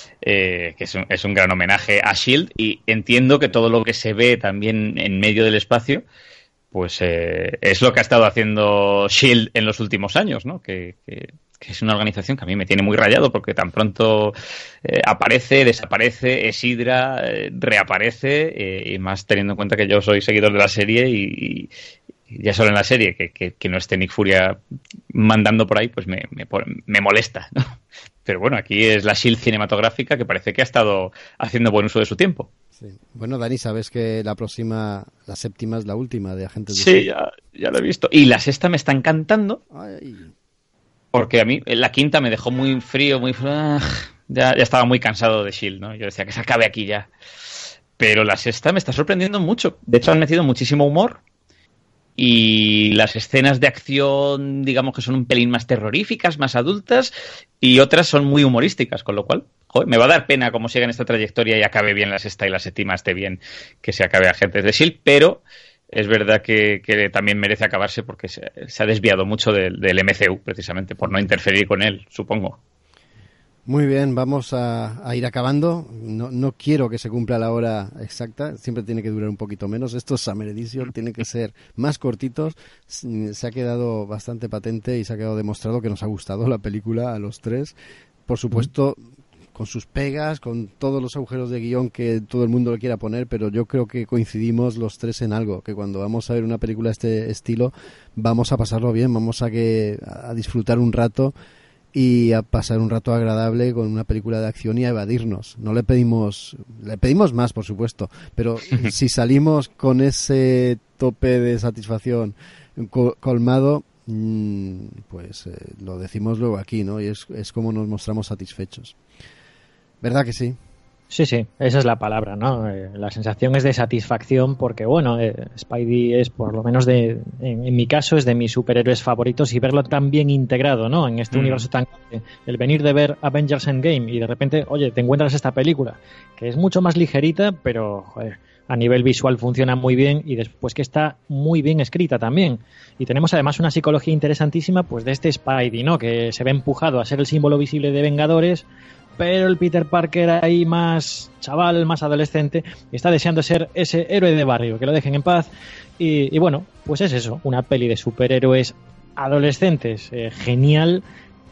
eh, que es un, es un gran homenaje a S H I E L D, y entiendo que todo lo que se ve también en medio del espacio pues eh, es lo que ha estado haciendo S H I E L D en los últimos años, ¿no? Que, que, que es una organización que a mí me tiene muy rayado porque tan pronto eh, aparece, desaparece, es Hydra, eh, reaparece, eh, y más teniendo en cuenta que yo soy seguidor de la serie y, y ya solo en la serie que, que, que no esté Nick Furia mandando por ahí, pues me, me, me molesta, ¿no? Pero bueno, aquí es la S H I E L D cinematográfica que parece que ha estado haciendo buen uso de su tiempo. Sí. Bueno, Dani, sabes que la próxima, la séptima es la última de Agentes de Sí, S H I E L D. ya, ya lo he visto. Y la sexta me está encantando. Ay. Porque a mí la quinta me dejó muy frío, muy ya, ya estaba muy cansado de S H I E L D, ¿no? Yo decía que se acabe aquí ya. Pero la sexta me está sorprendiendo mucho. De hecho, han metido muchísimo humor. Y las escenas de acción, digamos que son un pelín más terroríficas, más adultas, y otras son muy humorísticas, con lo cual, joder, me va a dar pena cómo sigan esta trayectoria y acabe bien la sexta y la séptima esté bien que se acabe Agentes de S H I E L D, pero es verdad que, que también merece acabarse porque se, se ha desviado mucho del, del M C U, precisamente, por no interferir con él, supongo. Muy bien, vamos a, a ir acabando. No, no quiero que se cumpla la hora exacta, siempre tiene que durar un poquito menos. Estos Summer Edition tienen que ser más cortitos. Se ha quedado bastante patente y se ha quedado demostrado que nos ha gustado la película a los tres. Por supuesto, con sus pegas, con todos los agujeros de guión que todo el mundo le quiera poner, pero yo creo que coincidimos los tres en algo, que cuando vamos a ver una película de este estilo vamos a pasarlo bien, vamos a, que, a disfrutar un rato y a pasar un rato agradable con una película de acción y a evadirnos. No le pedimos, le pedimos más, por supuesto, pero si salimos con ese tope de satisfacción col- colmado, mmm, pues eh, lo decimos luego aquí, ¿no? Y es, es como nos mostramos satisfechos. ¿Verdad que sí? Sí, sí, esa es la palabra, ¿no? Eh, la sensación es de satisfacción porque, bueno, eh, Spidey es por lo menos de, en, en mi caso, es de mis superhéroes favoritos y verlo tan bien integrado, ¿no? En este mm. universo tan grande. El venir de ver Avengers Endgame y de repente, oye, te encuentras esta película que es mucho más ligerita, pero, joder, a nivel visual funciona muy bien y después que está muy bien escrita también. Y tenemos además una psicología interesantísima, pues de este Spidey, ¿no? Que se ve empujado a ser el símbolo visible de Vengadores, pero el Peter Parker ahí más chaval, más adolescente, está deseando ser ese héroe de barrio, que lo dejen en paz. Y, y bueno, pues es eso, una peli de superhéroes adolescentes, eh, genial,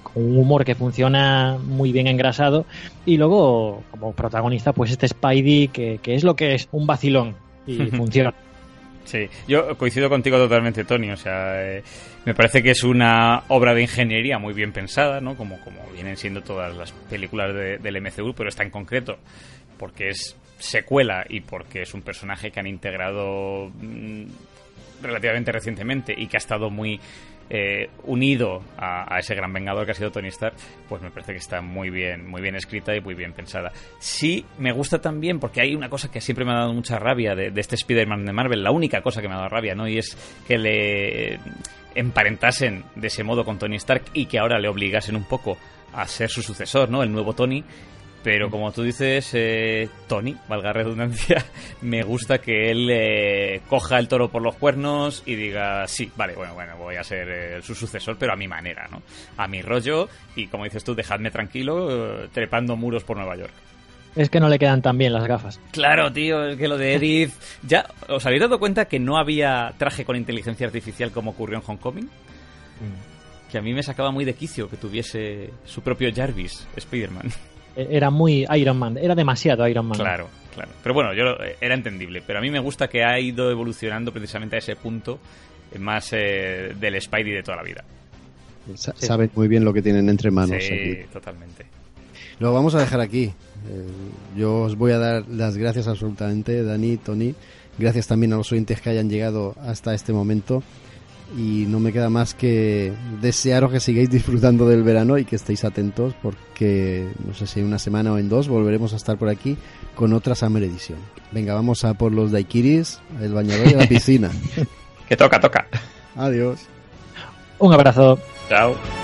con un humor que funciona muy bien engrasado, y luego como protagonista pues este Spidey que, que es lo que es, un vacilón, y funciona. Sí, yo coincido contigo totalmente, Tony. O sea, eh, me parece que es una obra de ingeniería muy bien pensada, ¿no? Como, como vienen siendo todas las películas de, del M C U, pero esta en concreto, porque es secuela y porque es un personaje que han integrado mmm, relativamente recientemente y que ha estado muy eh, unido a, a ese gran vengador que ha sido Tony Stark, pues me parece que está muy bien, muy bien escrita y muy bien pensada. Sí, me gusta también porque hay una cosa que siempre me ha dado mucha rabia de, de este Spider-Man de Marvel, la única cosa que me ha dado rabia, ¿no? Y es que le emparentasen de ese modo con Tony Stark y que ahora le obligasen un poco a ser su sucesor, ¿no? El nuevo Tony. Pero como tú dices, eh, Tony, valga la redundancia, me gusta que él eh, coja el toro por los cuernos y diga, sí, vale, bueno, bueno, voy a ser eh, su sucesor, pero a mi manera, ¿no? A mi rollo, y como dices tú, dejadme tranquilo, eh, trepando muros por Nueva York. Es que no le quedan tan bien las gafas. Claro, tío, es que lo de Edith... ¿Ya os habéis dado cuenta que no había traje con inteligencia artificial como ocurrió en Homecoming? Mm. Que a mí me sacaba muy de quicio que tuviese su propio Jarvis, Spider-Man. Era muy Iron Man, era demasiado Iron Man. Claro, claro. Pero bueno, yo era entendible. Pero a mí me gusta que ha ido evolucionando precisamente a ese punto más eh, del Spidey de toda la vida. Sa- sí. Saben muy bien lo que tienen entre manos. Sí, aquí. Totalmente. Lo vamos a dejar aquí. Eh, yo os voy a dar las gracias absolutamente, Dani, Tony. Gracias también a los oyentes que hayan llegado hasta este momento. Y no me queda más que desearos que sigáis disfrutando del verano y que estéis atentos porque no sé si en una semana o en dos volveremos a estar por aquí con otra Summer Edition. Venga, vamos a por los daiquiris, el bañador y la piscina. Que toca, toca. Adiós. Un abrazo. Chao.